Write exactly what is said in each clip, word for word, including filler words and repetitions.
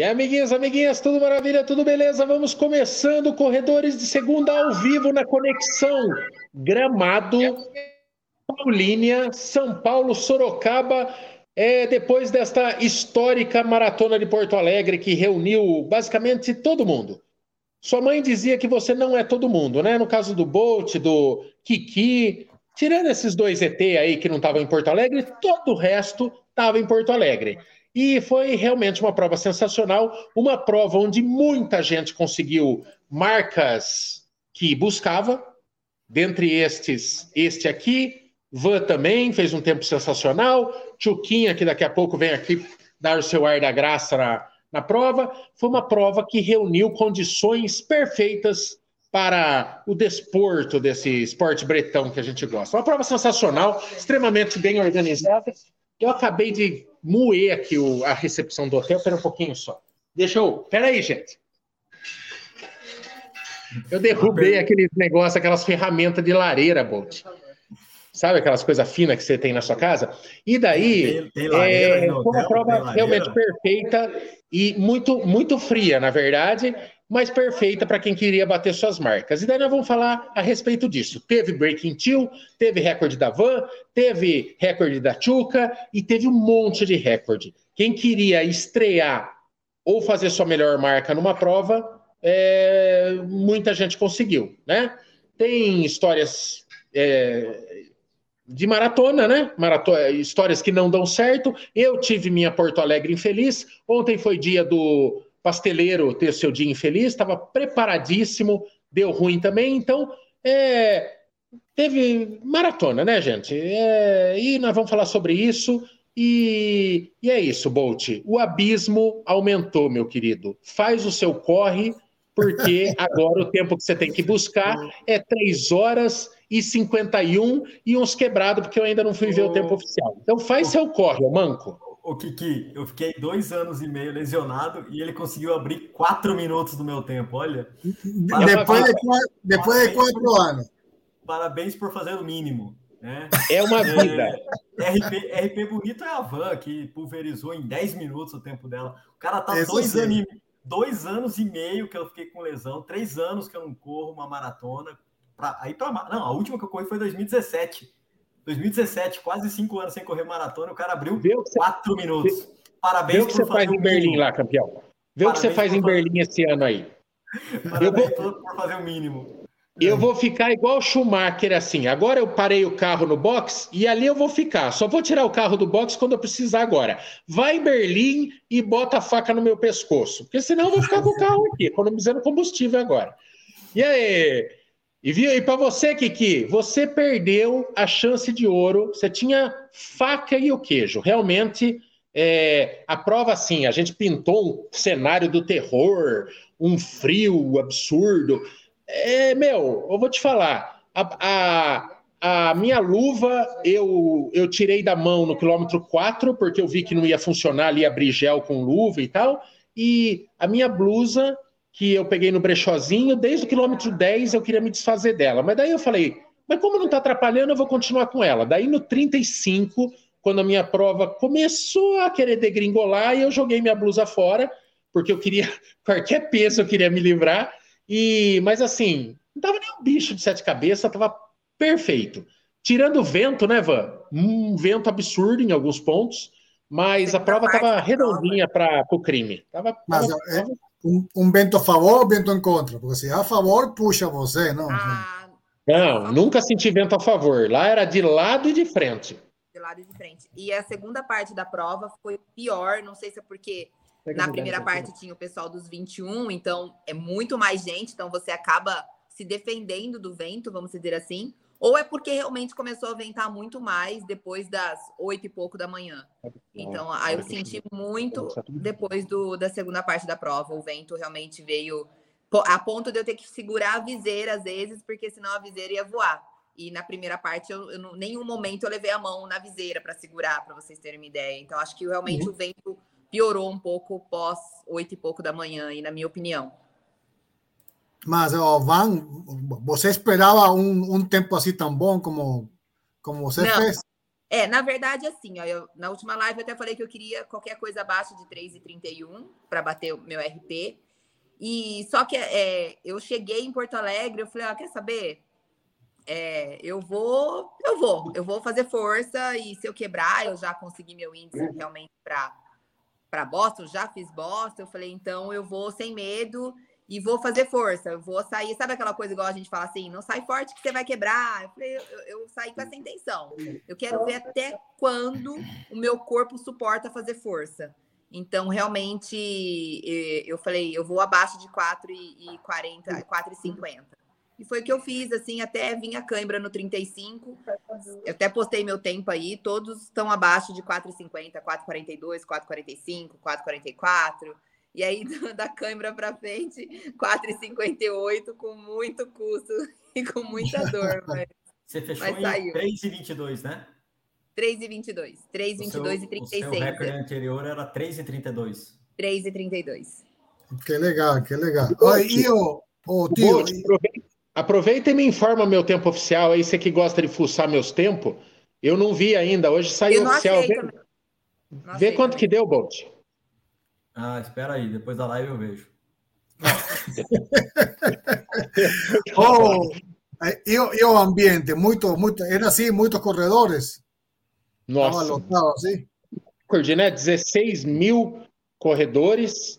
E aí, amiguinhos, amiguinhas, tudo maravilha, tudo beleza? Vamos começando Corredores de Segunda ao vivo na Conexão Gramado, Paulínia, São Paulo, Sorocaba, é, depois desta histórica maratona de Porto Alegre que reuniu basicamente todo mundo. Sua mãe dizia que você não é todo mundo, né? No caso do Bolt, do Kiki, tirando esses dois E T aí que não estavam em Porto Alegre, todo o resto estava em Porto Alegre. E foi realmente uma prova sensacional, uma prova onde muita gente conseguiu marcas que buscava, dentre estes, este aqui, Van também fez um tempo sensacional, Tchuquinha, que daqui a pouco vem aqui dar o seu ar da graça na, na prova. Foi uma prova que reuniu condições perfeitas para o desporto desse esporte bretão que a gente gosta. Uma prova sensacional, extremamente bem organizada. Eu acabei de moer aqui o, a recepção do hotel, espera um pouquinho só. Deixa eu... Pera aí, gente. Eu derrubei aquele negócio, aquelas ferramentas de lareira, Bolt. Sabe aquelas coisas finas que você tem na sua casa? E daí, tem, tem lareira, é, foi uma prova realmente perfeita e muito, muito fria, na verdade, mas perfeita para quem queria bater suas marcas. E daí nós vamos falar a respeito disso. Teve Breaking Two, teve recorde da Van, teve recorde da Tchuca e teve um monte de recorde. Quem queria estrear ou fazer sua melhor marca numa prova, é, muita gente conseguiu, né? Tem histórias... É, de maratona, né? Maratona, histórias que não dão certo. Eu tive minha Porto Alegre infeliz. Ontem foi dia do pasteleiro ter seu dia infeliz. Estava preparadíssimo, deu ruim também. Então, é, teve maratona, né, gente? É, e nós vamos falar sobre isso. E, e é isso, Bolt. O abismo aumentou, meu querido. Faz o seu corre, porque agora o tempo que você tem que buscar é três horas e cinquenta e um e uns quebrados, porque eu ainda não fui ver o tempo oficial. Então faz seu corre, manco. O Kiki, eu fiquei dois anos e meio lesionado e ele conseguiu abrir quatro minutos do meu tempo, olha. Depois de, depois de quatro por, anos. Parabéns por fazer o mínimo. Né? É uma vida. É, R P, R P bonito é a Van, que pulverizou em dez minutos o tempo dela. O cara tá dois anos, e, dois anos e meio que eu fiquei com lesão, três anos que eu não corro uma maratona. Pra, aí pra, não, a última que eu corri foi em dois mil e dezessete. dois mil e dezessete, quase cinco anos sem correr maratona, o cara abriu quatro minutos. Parabéns Vê o que você faz em Berlim lá, campeão. Vê o que você faz em Berlim esse ano aí. Parabéns eu vou... por fazer o mínimo. Eu vou ficar igual o Schumacher, assim. Agora eu parei o carro no box e ali eu vou ficar. Só vou tirar o carro do box quando eu precisar agora. Vai em Berlim e bota a faca no meu pescoço. Porque senão eu vou ficar com o carro aqui, economizando combustível agora. E aí... E, e para você, Kiki, você perdeu a chance de ouro. Você tinha faca e o queijo. Realmente, é, a prova, assim, a gente pintou um cenário do terror, um frio absurdo. É, meu, eu vou te falar, a, a, a minha luva eu, eu tirei da mão no quilômetro quatro, porque eu vi que não ia funcionar ali abrir gel com luva e tal, e a minha blusa, que eu peguei no brechózinho, desde o quilômetro dez eu queria me desfazer dela, mas daí eu falei, mas como não tá atrapalhando, eu vou continuar com ela. Daí no trinta e cinco, quando a minha prova começou a querer degringolar, eu joguei minha blusa fora, porque eu queria, qualquer peso eu queria me livrar. E, mas assim, não tava nem um bicho de sete cabeças, tava perfeito. Tirando o vento, né, Van? Um vento absurdo em alguns pontos, mas a prova tava redondinha para o crime. Tava, mas tava, é um, um vento a favor ou vento em contra? Porque se é a favor, puxa você, não? Ah, não, nunca senti vento a favor. Lá era de lado e de frente. De lado e de frente. E a segunda parte da prova foi pior, não sei se é porque... Na primeira parte tinha o pessoal dos vinte e um, então é muito mais gente, então você acaba se defendendo do vento, vamos dizer assim, ou é porque realmente começou a ventar muito mais depois das oito e pouco da manhã. Então, aí eu senti muito depois do, da segunda parte da prova, o vento realmente veio a ponto de eu ter que segurar a viseira às vezes, porque senão a viseira ia voar. E na primeira parte, eu, eu, em nenhum momento eu levei a mão na viseira para segurar, para vocês terem uma ideia. Então, acho que realmente uhum. o vento piorou um pouco pós oito e pouco da manhã, e na minha opinião. Mas, oh, Van, você esperava um, um tempo assim tão bom como, como você não, fez? É, na verdade, assim, ó, eu, na última live eu até falei que eu queria qualquer coisa abaixo de três e trinta e um para bater o meu R P. E só que é, eu cheguei em Porto Alegre, eu falei, ó, quer saber? É, eu vou, eu vou, eu vou fazer força e se eu quebrar, eu já consegui meu índice realmente para para Boston, já fiz Boston, eu falei, então eu vou sem medo e vou fazer força, eu vou sair, sabe aquela coisa igual a gente fala assim, não sai forte que você vai quebrar, eu falei, eu, eu saí com essa intenção, eu quero ver até quando o meu corpo suporta fazer força, então realmente eu falei, eu vou abaixo de quatro e quarenta, quatro e cinquenta. E foi o que eu fiz, assim, até vim a cãibra no trinta e cinco. Eu até postei meu tempo aí, todos estão abaixo de quatro e cinquenta, quatro e quarenta e dois, quatro e quarenta e cinco, quatro e quarenta e quatro. E aí, da cãibra para frente, quatro e cinquenta e oito, com muito custo e com muita dor. Mas, você fechou mas em saiu. três e vinte e dois, né? três e vinte e dois. três e vinte e dois e trinta e seis. O seu recorde anterior era três e trinta e dois. três e trinta e dois. Que legal, que legal. Olha, e o, o tio... Bolt, aproveita, aproveita e me informa meu tempo oficial aí, você que gosta de fuçar meus tempos. Eu não vi ainda, hoje saiu eu não oficial. Achei vê também. Não vê achei quanto também. que deu, Bolt. Ah, espera aí, depois da live eu vejo. oh, e, e o ambiente, muito, muito, era assim, muitos corredores. Nossa. Estava lotado assim. Recorde, né? dezesseis mil corredores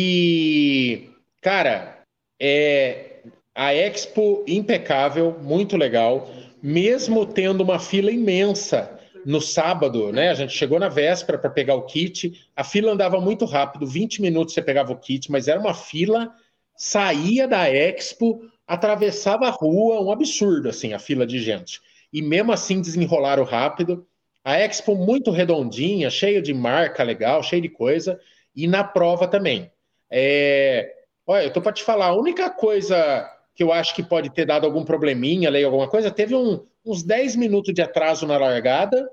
e, cara, é a Expo impecável, muito legal, mesmo tendo uma fila imensa no sábado, né? A gente chegou na véspera para pegar o kit, a fila andava muito rápido, vinte minutos você pegava o kit, mas era uma fila, saía da Expo, atravessava a rua, um absurdo, assim, a fila de gente. E mesmo assim desenrolaram rápido. A Expo muito redondinha, cheia de marca legal, cheia de coisa, e na prova também. É... Olha, eu tô para te falar, a única coisa que eu acho que pode ter dado algum probleminha, lei alguma coisa, teve um, uns dez minutos de atraso na largada,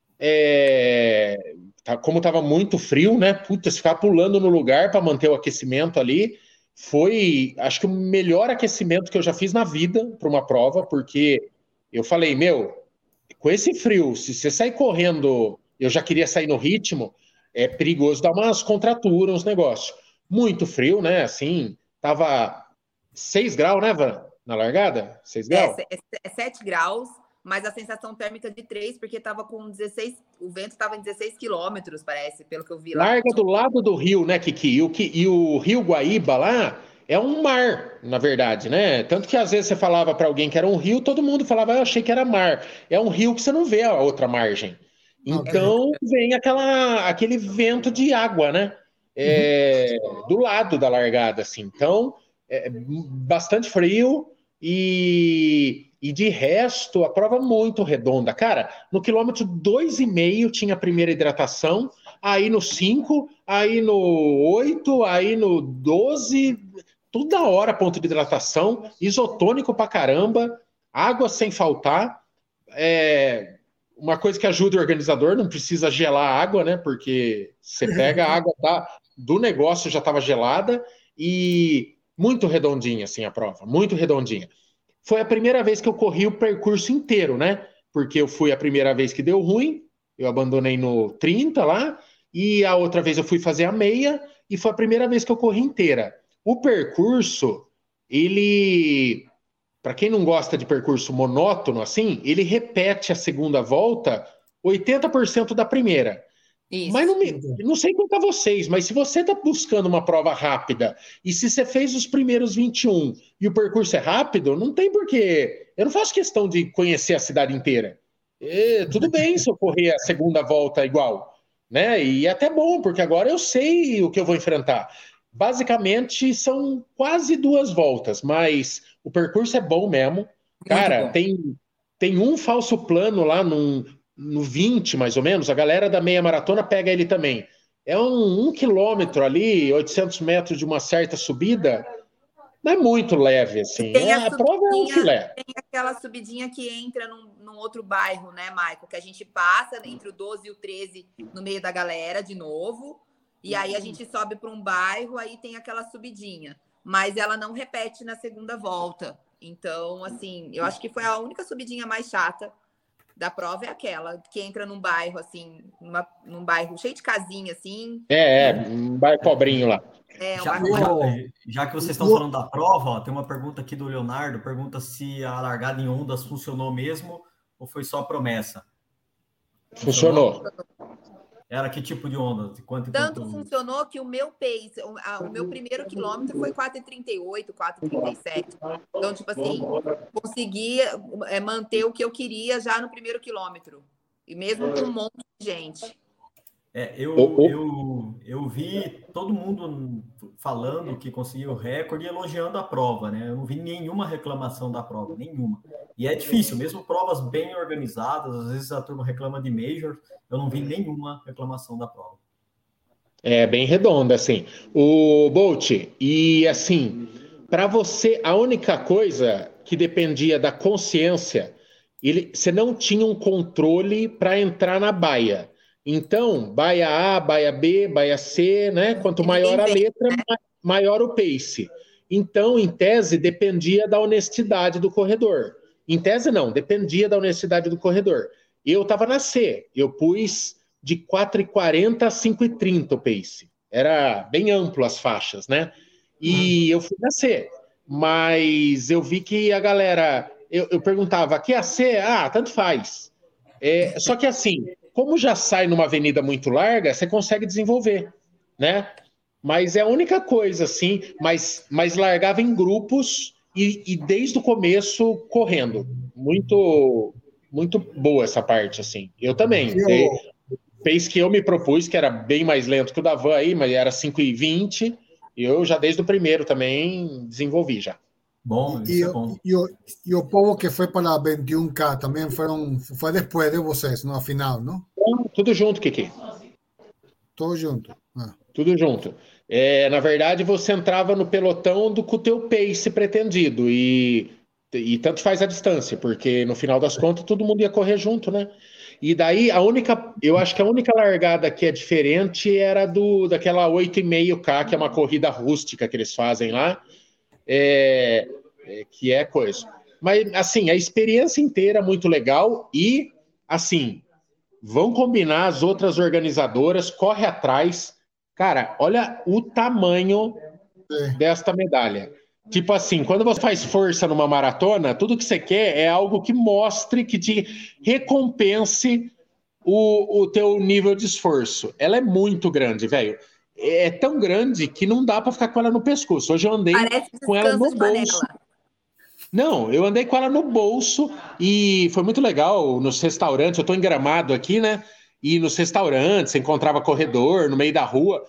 é... como estava muito frio, né? Puta, se ficar pulando no lugar para manter o aquecimento ali, foi, acho que o melhor aquecimento que eu já fiz na vida para uma prova, porque eu falei, meu, com esse frio, se você sair correndo, eu já queria sair no ritmo, é perigoso dar umas contraturas, uns negócios. Muito frio, né? Assim, tava seis graus, né, Van? Na largada? seis graus? É, é sete graus, mas a sensação térmica de três, porque tava com dezesseis, o vento tava em dezesseis quilômetros, parece, pelo que eu vi lá. Larga do lado do rio, né, Kiki? E o, e o Rio Guaíba lá é um mar, na verdade, né? Tanto que às vezes você falava para alguém que era um rio, todo mundo falava, ah, eu achei que era mar. É um rio que você não vê a outra margem. Então okay. Vem aquela, aquele vento de água, né? É, uhum. Do lado da largada, assim. Então, é bastante frio e, e de resto, a prova muito redonda. Cara, no quilômetro dois e meio tinha a primeira hidratação, aí no cinco, aí no oito, aí no doze, toda hora ponto de hidratação, isotônico pra caramba, água sem faltar. É, uma coisa que ajuda o organizador, não precisa gelar a água, né? Porque você pega a água da, do negócio, já estava gelada, e muito redondinha, assim, a prova, muito redondinha. Foi a primeira vez que eu corri o percurso inteiro, né? Porque eu fui a primeira vez que deu ruim, eu abandonei no trinta lá, e a outra vez eu fui fazer a meia, e foi a primeira vez que eu corri inteira. O percurso, ele... Para quem não gosta de percurso monótono assim, ele repete a segunda volta oitenta por cento da primeira. Isso. Mas não, me, não sei quanto a vocês, mas se você está buscando uma prova rápida e se você fez os primeiros vinte e um e o percurso é rápido, não tem porquê. Eu não faço questão de conhecer a cidade inteira. É, tudo bem se eu correr a segunda volta igual, né? E é até bom, porque agora eu sei o que eu vou enfrentar. Basicamente, são quase duas voltas, mas o percurso é bom mesmo. Cara, bom. Tem, tem um falso plano lá num, no vinte, mais ou menos. A galera da meia maratona pega ele também. É um, um quilômetro ali, oitocentos metros de uma certa subida. Não é muito leve, assim. Tem a, a prova é um filé. Tem aquela subidinha que entra num, num outro bairro, né, Michael? Que a gente passa entre o doze e o treze no meio da galera, de novo. E aí a gente sobe para um bairro, aí tem aquela subidinha. Mas ela não repete na segunda volta. Então, assim, eu acho que foi a única subidinha mais chata da prova é aquela que entra num bairro, assim, numa, num bairro cheio de casinha, assim. É, é, um bairro pobrinho lá. É, um Já, bairro já, já que vocês estão falando da prova, ó, tem uma pergunta aqui do Leonardo, pergunta se a largada em ondas funcionou mesmo ou foi só promessa? Funcionou. Funcionou? Era que tipo de onda? De quanto, Tanto quanto... funcionou que o meu pace, o, a, o meu primeiro quilômetro foi quatro e trinta e oito, quatro e trinta e sete. Então, tipo assim, consegui é, manter o que eu queria já no primeiro quilômetro. E mesmo com um monte de gente. É, eu, Oh, oh. eu, eu vi todo mundo falando que conseguiu o recorde e elogiando a prova, né? Eu não vi nenhuma reclamação da prova, nenhuma. E é difícil, mesmo provas bem organizadas, às vezes a turma reclama de major, eu não vi nenhuma reclamação da prova. É bem redonda, assim. O Bolt, e assim, para você, a única coisa que dependia da consciência, ele, você não tinha um controle para entrar na baia. Então, baia A, baia B, baia C, né? Quanto maior a letra, maior o pace. Então, em tese, dependia da honestidade do corredor. Em tese, não, dependia da honestidade do corredor. Eu estava na C, eu pus de quatro e quarenta a cinco e trinta o pace. Era bem amplo as faixas, né? E uhum. eu fui na C. Mas eu vi que a galera... Eu, eu perguntava, aqui é a C? Ah, tanto faz. É, só que assim, como já sai numa avenida muito larga, você consegue desenvolver, né? Mas é a única coisa, assim, mas, mas largava em grupos e, e desde o começo correndo. Muito, muito boa essa parte, assim. Eu também. Eu... Fez que eu me propus, que era bem mais lento que o da Van aí, mas era cinco e vinte, e eu já desde o primeiro também desenvolvi já. Bom, isso e, é bom. E, e, e o povo que foi para vinte e um K também foram, foi depois de vocês, no final, não? Tudo junto, Kiki. Tudo junto. Ah. Tudo junto. É, na verdade, você entrava no pelotão do com o teu pace pretendido, e, e tanto faz a distância, porque no final das contas todo mundo ia correr junto, né? E daí a única, eu acho que a única largada que é diferente era do daquela oito e meio K, que é uma corrida rústica que eles fazem lá, é, é, que é coisa. Mas, assim, a experiência inteira é muito legal e, assim, vão combinar as outras organizadoras, corre atrás. Cara, olha o tamanho é. desta medalha. Tipo assim, quando você faz força numa maratona, tudo que você quer é algo que mostre, que te recompense o, o teu nível de esforço. Ela é muito grande, velho. É tão grande que não dá para ficar com ela no pescoço. Hoje eu andei Parece com ela no bolso. Não, eu andei com ela no bolso e foi muito legal nos restaurantes. Eu tô em Gramado aqui, né? E nos restaurantes, você encontrava corredor no meio da rua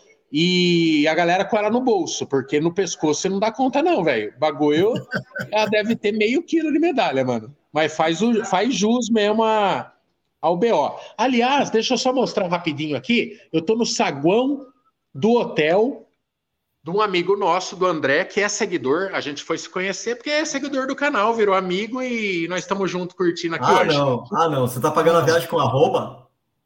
e a galera com ela no bolso, porque no pescoço você não dá conta, não, velho. Bagulho, ela deve ter meio quilo de medalha, mano. Mas faz, o, faz jus mesmo a, ao B O. Aliás, deixa eu só mostrar rapidinho aqui. Eu tô no saguão do hotel de um amigo nosso, do André, que é seguidor. A gente foi se conhecer porque é seguidor do canal, virou amigo e nós estamos juntos curtindo aqui ah, hoje. Não. Ah, não. Você tá pagando a viagem com arroba?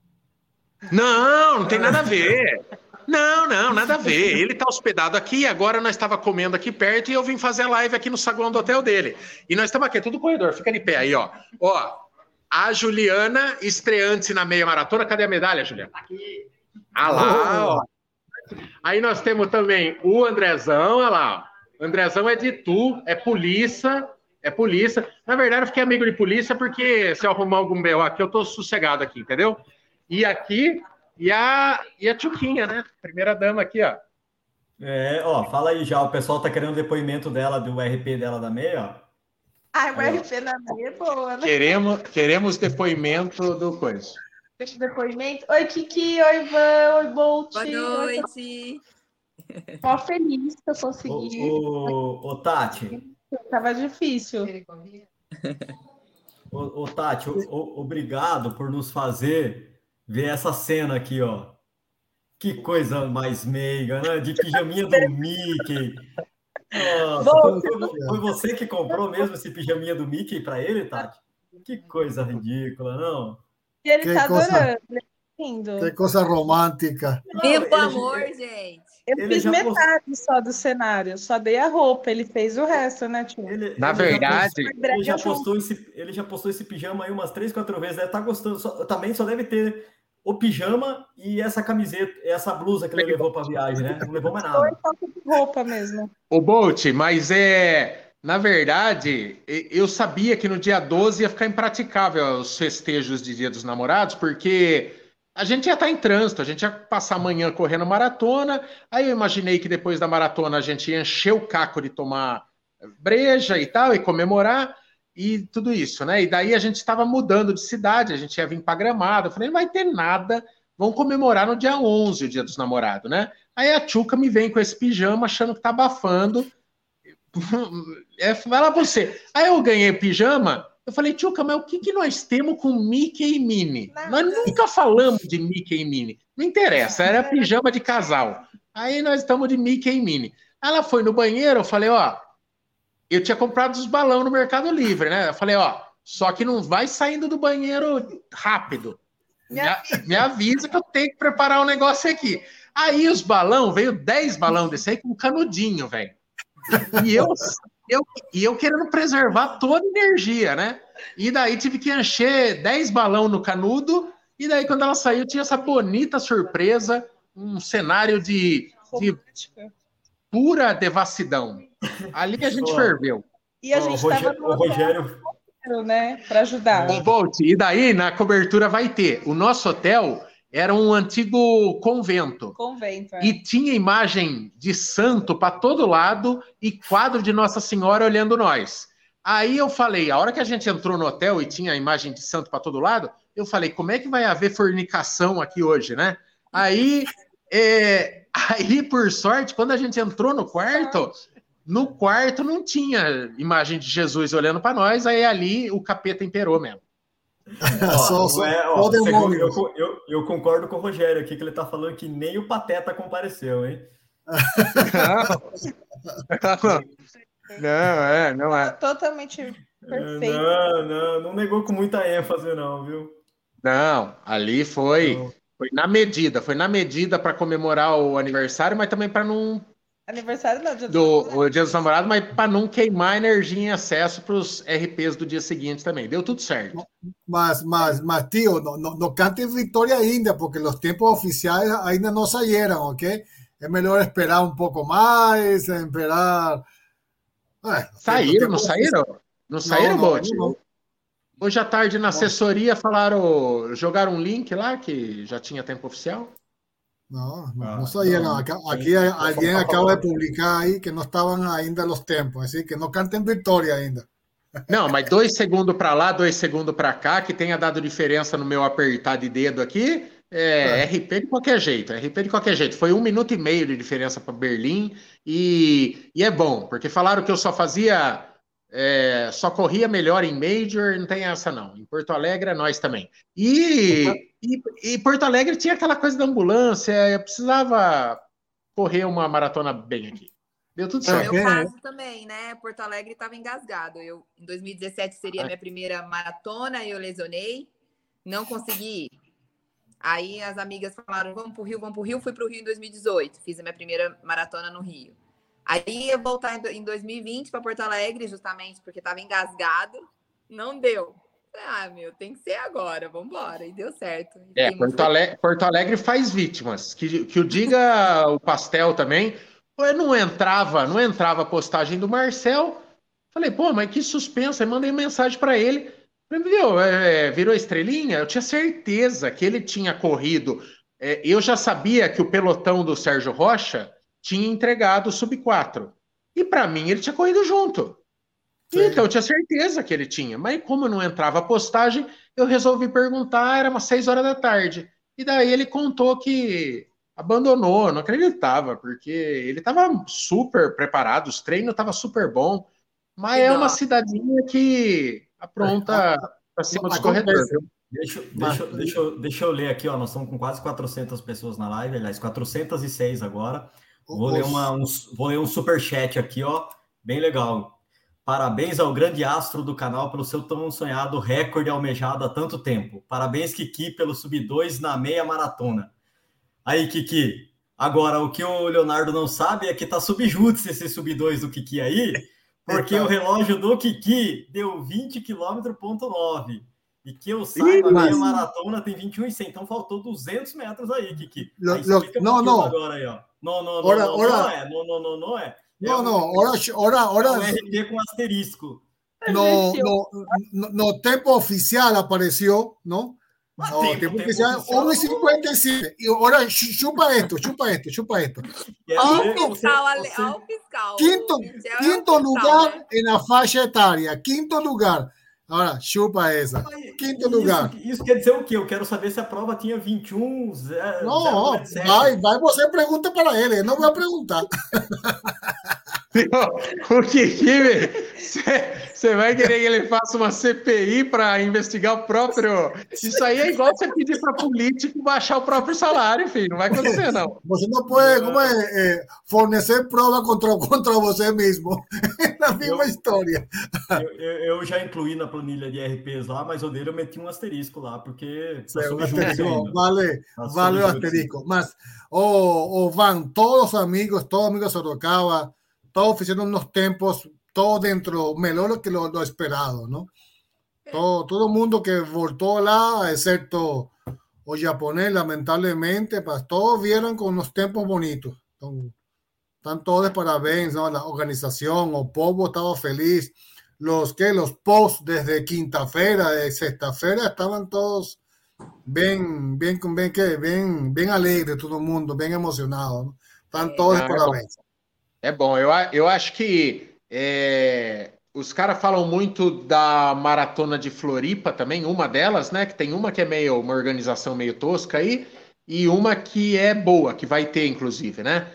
Não, não tem nada a ver. Não, não, nada a ver. Ele tá hospedado aqui, agora nós estava comendo aqui perto e eu vim fazer a live aqui no saguão do hotel dele. E nós estamos aqui, tudo corredor, fica de pé aí, ó. Ó, a Juliana, estreante na meia maratona. Cadê a medalha, Juliana? Aqui. Ah lá, ó. Aí nós temos também o Andrezão, olha lá. O Andrezão é de Tu, é polícia, é polícia. Na verdade, eu fiquei amigo de polícia porque se eu arrumar algum B O aqui, eu tô sossegado aqui, entendeu? E aqui... E a, e a Tchuquinha, né? Primeira dama aqui, ó. É, ó, fala aí já. O pessoal tá querendo o depoimento dela, do R P dela da meia, ó. Ah, o aí, R P ó. Da meia é boa, né? Queremos, queremos depoimento do coisa. Depoimento? Oi, Kiki. Oi, Van. Oi, Bolt. Boa noite. Tô feliz que eu consegui. Ô, ô, ô Tati. Tava difícil. Ô, ô Tati, ô, ô, obrigado por nos fazer... ver essa cena aqui, ó. Que coisa mais meiga, né? De pijaminha do Mickey. Nossa, Bom, foi, foi você que comprou mesmo esse pijaminha do Mickey para ele, Tati? Que coisa ridícula, não? E ele que tá coisa, adorando. Lindo. Que coisa romântica. Viva o amor, gente. Eu Ele fiz já metade postou- só do cenário, só dei a roupa, ele fez o resto, né, tio? Ele, Na ele já verdade, postou- ele já postou esse, ele já postou esse pijama aí umas três, quatro vezes. Deve estar gostando. Só- também só deve ter o pijama e essa camiseta, essa blusa que ele levou para viagem, né? Não levou mais Foi nada. falta de roupa mesmo. o Bolt, mas é. Na verdade, e- eu sabia que no dia doze ia ficar impraticável os festejos de Dia dos Namorados, porque a gente ia estar em trânsito, a gente ia passar a manhã correndo maratona. Aí eu imaginei que depois da maratona a gente ia encher o caco de tomar breja e tal, e comemorar, e tudo isso, né? E daí a gente estava mudando de cidade, a gente ia vir para Gramado. Eu falei, não vai ter nada, vão comemorar no dia onze, o Dia dos Namorados, né? Aí a Tchuca me vem com esse pijama achando que tá abafando. É, vai lá você. Aí eu ganhei pijama. Eu falei, Tchuca, mas o que, que nós temos com Mickey e Minnie? Não, Nós não. nunca falamos de Mickey e Minnie. Não interessa, era pijama de casal. Aí nós estamos de Mickey e Minnie. Ela foi no banheiro, eu falei, ó, eu tinha comprado os balão no Mercado Livre, né? Eu falei, ó, só que não vai saindo do banheiro rápido. Me, a- me avisa que eu tenho que preparar um negócio aqui. Aí os balão, veio dez balão desse aí com canudinho, velho. E eu, eu, e eu querendo preservar toda a energia, né? E daí tive que encher dez balão no canudo, e daí quando ela saiu tinha essa bonita surpresa, um cenário de, de Romântica. pura devassidão. Ali a gente Ó, ferveu. E a Ó, gente o tava Rogério, no o Rogério, hotel, né, para ajudar. Ô, Bolt, e daí na cobertura vai ter. O nosso hotel era um antigo convento. Convento, é. E tinha imagem de santo para todo lado e quadro de Nossa Senhora olhando nós. Aí eu falei, a hora que a gente entrou no hotel e tinha a imagem de santo para todo lado, eu falei, como é que vai haver fornicação aqui hoje, né? Aí, é, aí por sorte, quando a gente entrou no quarto, no quarto não tinha imagem de Jesus olhando para nós, aí ali o capeta imperou mesmo. ó, Só- não só- é, ó, só segundo- eu, demônios. eu, eu concordo com o Rogério aqui, que ele tá falando que nem o Pateta compareceu, hein? Não, é, não é. Totalmente perfeito. Não, não, não negou com muita ênfase, não, viu? Não, ali foi, Não. foi na medida, foi na medida para comemorar o aniversário, mas também para não Aniversário não, dia dos do namorados. o Dia dos Namorados, mas para não queimar energia em excesso para os R Ps do dia seguinte também. Deu tudo certo. Mas, mas, mas, tío, no, no, no cantes victoria ainda, porque los tiempos oficiales ainda no salieron, ¿ok? Es mejor esperar un poco más, esperar. Bueno, Saíram, não los tiempos saíram? Não saíram, não, Bolt? não. Hoje à tarde na assessoria falaram, jogaram um link lá que já tinha tempo oficial. No, no, Ah, no salieron. no. Acá- aquí hay- alguien acaba de publicar ahí que no estaban ainda los tiempos, así que no canten victoria ainda. Não, mas dois segundos para lá, dois segundos para cá, que tenha dado diferença no meu apertar de dedo aqui, é, É. R P de qualquer jeito, R P de qualquer jeito. Foi um minuto e meio de diferença para Berlim e, e é bom, porque falaram que eu só fazia, é, só corria melhor em Major, não tem essa não. Em Porto Alegre é nós também. E, e, e Porto Alegre tinha aquela coisa da ambulância, eu precisava correr uma maratona bem aqui. Deu tudo No certo. meu É. caso também, né? Porto Alegre estava engasgado. Eu, em dois mil e dezessete seria Ah. minha primeira maratona, eu lesionei, não consegui ir. Aí as amigas falaram, vamos pro Rio, vamos pro Rio. Fui pro Rio em dois mil e dezoito, fiz a minha primeira maratona no Rio. Aí ia voltar em do- em dois mil e vinte para Porto Alegre, justamente porque estava engasgado. Não deu. Falei, ah, meu, tem que ser agora, vamos embora. E deu certo. E É, fiquei muito Porto Alegre, Porto Alegre faz vítimas. Que, que o diga o Pastel também. Pô, eu não entrava, não entrava a postagem do Marcel. Falei, pô, mas que suspenso. Aí mandei mensagem para ele. Falei, viu, é, virou estrelinha? Eu tinha certeza que ele tinha corrido. É, eu já sabia que o pelotão do Sérgio Rocha tinha entregado o sub quatro. E para mim ele tinha corrido junto. Sim. Então eu tinha certeza que ele tinha. Mas como não entrava a postagem, eu resolvi perguntar, era umas seis horas da tarde. E daí ele contou que abandonou, não acreditava, porque ele estava super preparado, os treinos estavam super bom, mas Que é dó. uma cidadinha que apronta para cima dos Acontece. corredores. Viu? Deixa, Mas- deixa, deixa, eu- deixa eu ler aqui, ó. Nós estamos com quase quatrocentas pessoas na live, aliás, quatrocentas e seis agora. Vou ler, uma, um, vou ler um superchat aqui, ó, bem legal. Parabéns ao grande astro do canal pelo seu tão sonhado recorde almejado há tanto tempo. Parabéns, Kiki, pelo sub dois na meia maratona. Aí, Kiki, Agora, o que o Leonardo não sabe é que tá subjúdice esse sub dois do Kiki aí, porque o relógio do Kiki deu vinte quilômetros, ponto nove. E que eu saiba, a mas... meia maratona tem vinte e um e cem, então faltou duzentos metros aí, Kiki. Lo, aí lo, não, não. Agora aí, ó. Não, não, não, ora, não, ora, não é. Não, não, não, não é. Não, é não, ora, ora, ora. É um R P com asterisco. No, no, no, no tempo oficial apareció, ¿no? Ah, No, tempo, tempo tempo oficial, oficial. uno y cincuenta y siete. Y ahora chupa esto, chupa esto, chupa esto. Olha o fiscal, Ale, olha o fiscal. Quinto, o quinto é fiscal, lugar né? en la faixa etária. Quinto lugar. Ahora, chupa esa. Quinto isso, lugar. Isso quer dizer o quê? Eu quero saber se a prova tinha vinte e um, zero, não, zero sete. vai, vai, você pergunta para ele, eu não vou perguntar. O Kiki, você vai querer que ele faça uma C P I para investigar o próprio... Isso aí é igual você pedir para político baixar o próprio salário, filho. Não vai acontecer, não. Você não pode como é, é, fornecer prova contra, contra você mesmo. É a mesma eu, história. Eu, eu, eu já incluí na planilha de R Ps lá, mas o dele eu meti um asterisco lá, porque... Tá é, asterisco, vale, tá vale o asterisco. Mas, o oh, oh, Van, todos os amigos, todos os amigos de Sorocaba, todos fizeram unos tempos, todo dentro, melhor que lo, lo esperado, ¿no? Todo, todo mundo que voltou lá, excepto o japonés, lamentablemente, pues, todos vieron con unos tempos bonitos. Entonces, están todos de parabéns, ¿no? La organización, o povo estaba feliz. Los que los posts desde quinta-feira, de sexta-feira, estaban todos bien, bien, bien, bien, bien, bien alegres, todo el mundo, bien emocionado, ¿no? Están todos ah, de parabéns. É bom, eu, eu acho que é, os caras falam muito da Maratona de Floripa também, uma delas, né? Que tem uma que é meio uma organização meio tosca aí, e uma que é boa, que vai ter, inclusive, né?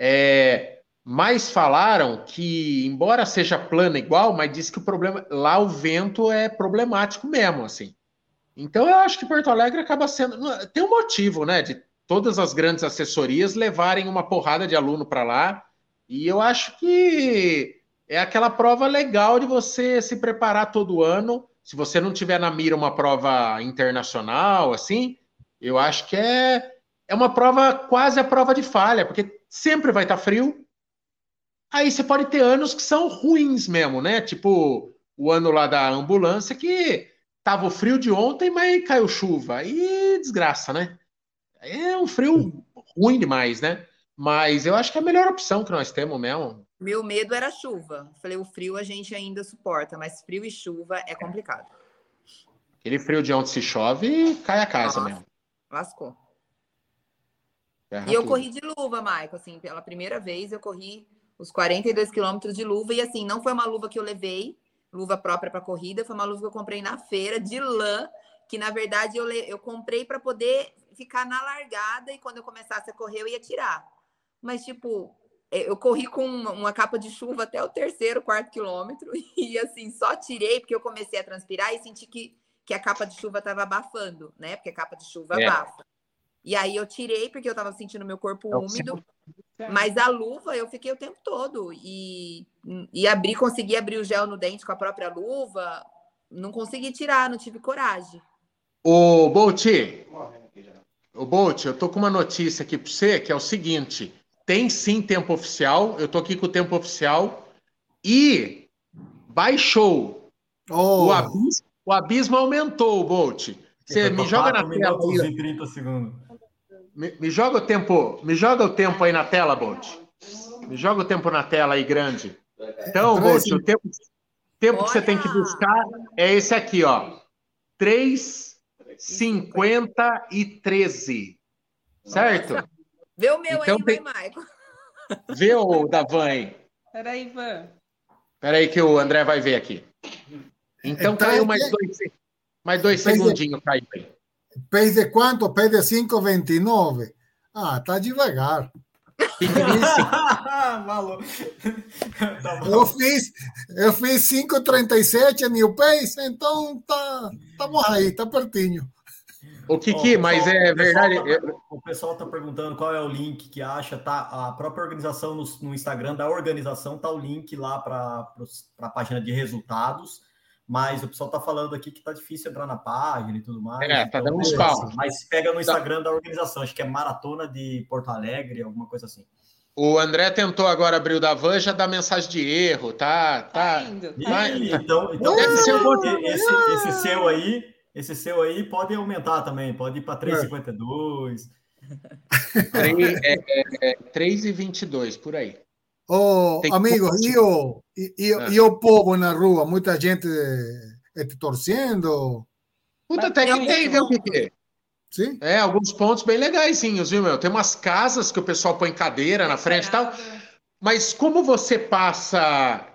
É, mas falaram que, embora seja plana igual, mas diz que o problema lá o vento é problemático mesmo, assim. Então eu acho que Porto Alegre acaba sendo. Tem um motivo, né? De todas as grandes assessorias levarem uma porrada de aluno para lá. E eu acho que é aquela prova legal de você se preparar todo ano. Se você não tiver na mira uma prova internacional, assim, eu acho que é, é uma prova quase a prova de falha, porque sempre vai estar frio. Aí você pode ter anos que são ruins mesmo, né? Tipo o ano lá da ambulância, que tava o frio de ontem, mas caiu chuva. Aí desgraça, né? É um frio ruim demais, né? Mas eu acho que é a melhor opção que nós temos mesmo. Meu medo era chuva. Falei, o frio a gente ainda suporta, mas frio e chuva é complicado. Aquele frio de onde se chove, cai a casa Nossa, mesmo. Lascou. Terra e eu tudo. corri de luva, Maicon, assim, pela primeira vez eu corri os quarenta e dois quilômetros de luva, e assim, não foi uma luva que eu levei, luva própria para corrida, foi uma luva que eu comprei na feira, de lã, que na verdade eu, eu comprei para poder ficar na largada, e quando eu começasse a correr eu ia tirar. Mas, tipo, eu corri com uma, uma capa de chuva até o terceiro, quarto quilômetro. E, assim, só tirei porque eu comecei a transpirar e senti que, que a capa de chuva estava abafando, né? Porque a capa de chuva é. abafa. E aí eu tirei porque eu estava sentindo meu corpo é úmido. Mas a luva eu fiquei o tempo todo. E, e abri, consegui abrir o gel no dente com a própria luva. Não consegui tirar, não tive coragem. Ô, Bolt, ô, Bolt, eu tô com uma notícia aqui para você, que é o seguinte... Tem sim tempo oficial, eu tô aqui com o tempo oficial e baixou. Oh. O, abismo, o abismo aumentou, Bolt. Você me joga na tela aí. trinta segundos. Me, me joga o tempo, me joga o tempo aí na tela, Bolt. Me joga o tempo na tela aí grande. Então, Bolt, o tempo, tempo que você tem que buscar é esse aqui, ó. três cinquenta e treze. Certo? Vê o meu então, aí, tem... vai, Maicon. Vê o da Van aí. Peraí, Van. Peraí que o André vai ver aqui. Então tá caiu mais dois, mais dois segundinhos. Caiu aí. Pace de quanto? Pace de cinco vinte e nove. Ah, tá devagar. eu fiz, eu fiz cinco trinta e sete new pace, então tá, estamos aí, tá pertinho. O Kiki, oh, mas é o verdade. Tá, o pessoal está perguntando qual é o link que acha, tá? A própria organização no, no Instagram da organização tá o link lá para a página de resultados. mas o pessoal tá falando aqui que tá difícil entrar na página e tudo mais. É, tá então, dando uns pau. Mas pega no Instagram da organização, acho que é Maratona de Porto Alegre, alguma coisa assim. O André tentou agora abrir o da Van, já dá mensagem de erro, tá? Tá, Tá indo, tá mas- indo. Então, então Deve esse, ser um bom- esse, esse seu aí, esse seu aí pode aumentar também, pode ir para três e cinquenta e dois. três, é, é, é, três e vinte e dois, por aí. Oh, Tem que- amigos, e o, e, e, Ah. e o povo na rua? Muita gente eh, torcendo? Puta, até que tem, viu, Piquet? Sim? É, alguns pontos bem legaisinhos, viu, meu? Tem umas casas que o pessoal põe cadeira na frente e tal. Mas como você passa,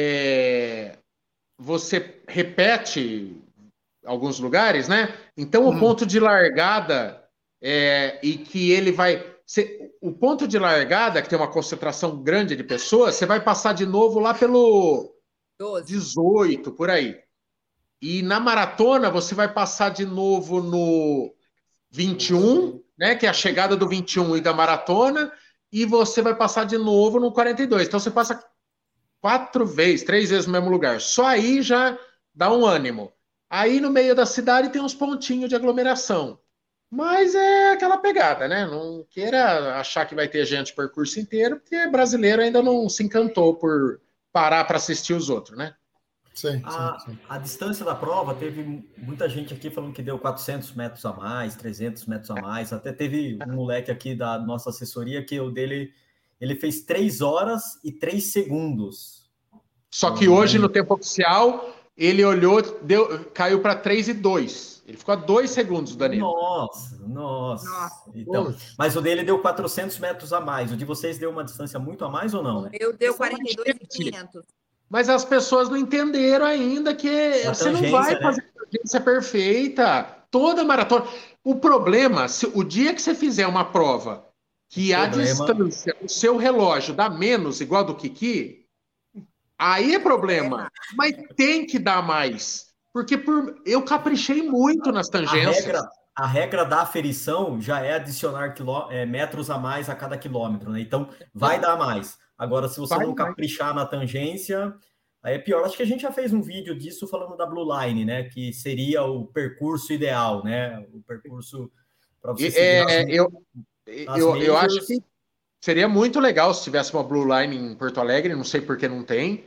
é, você repete alguns lugares, né? Então o Hum. ponto de largada é, e que ele vai, cê- o ponto de largada que tem uma concentração grande de pessoas, você vai passar de novo lá pelo doze. dezoito, por aí. E na maratona você vai passar de novo no vinte e um, né? Que é a chegada do vinte e um e da maratona. E você vai passar de novo no quarenta e dois. Então você passa quatro vezes, três vezes no mesmo lugar. Só aí já dá um ânimo. Aí no meio da cidade tem uns pontinhos de aglomeração. Mas é aquela pegada, né? Não queira achar que vai ter gente o percurso inteiro, porque brasileiro ainda não se encantou por parar para assistir os outros, né? Sim, A, sim, sim. a distância da prova, teve muita gente aqui falando que deu quatrocentos metros a mais, trezentos metros a mais. Até teve um moleque aqui da nossa assessoria que o dele, ele fez três horas e três segundos. Só que hoje, no tempo oficial, ele olhou, deu, caiu para três e dois. Ele ficou a dois segundos, Danilo. Nossa, nossa. Nossa. Então, Poxa. mas o dele deu quatrocentos metros a mais. O de vocês deu uma distância muito a mais ou não? Eu deu Isso é quarenta e dois mil e gente. quinhentos. Mas as pessoas não entenderam ainda que A você não tangência, vai né? fazer a tangência perfeita. Toda maratona. O problema, se o dia que você fizer uma prova que a Problema. distância, o seu relógio dá menos, igual do Kiki, aí é problema. Mas tem que dar mais. Porque por... eu caprichei muito nas A tangências. regra, a regra da aferição já é adicionar quilô, é, metros a mais a cada quilômetro, né? Então, vai dar mais. Agora, se você Vai, não vai. caprichar na tangência, aí é pior. Acho que a gente já fez um vídeo disso falando da Blue Line, né? Que seria o percurso ideal, né? O percurso para você E, seguir é, nas- eu, nas eu, eu majors. acho que seria muito legal se tivesse uma Blue Line em Porto Alegre, não sei por que não tem.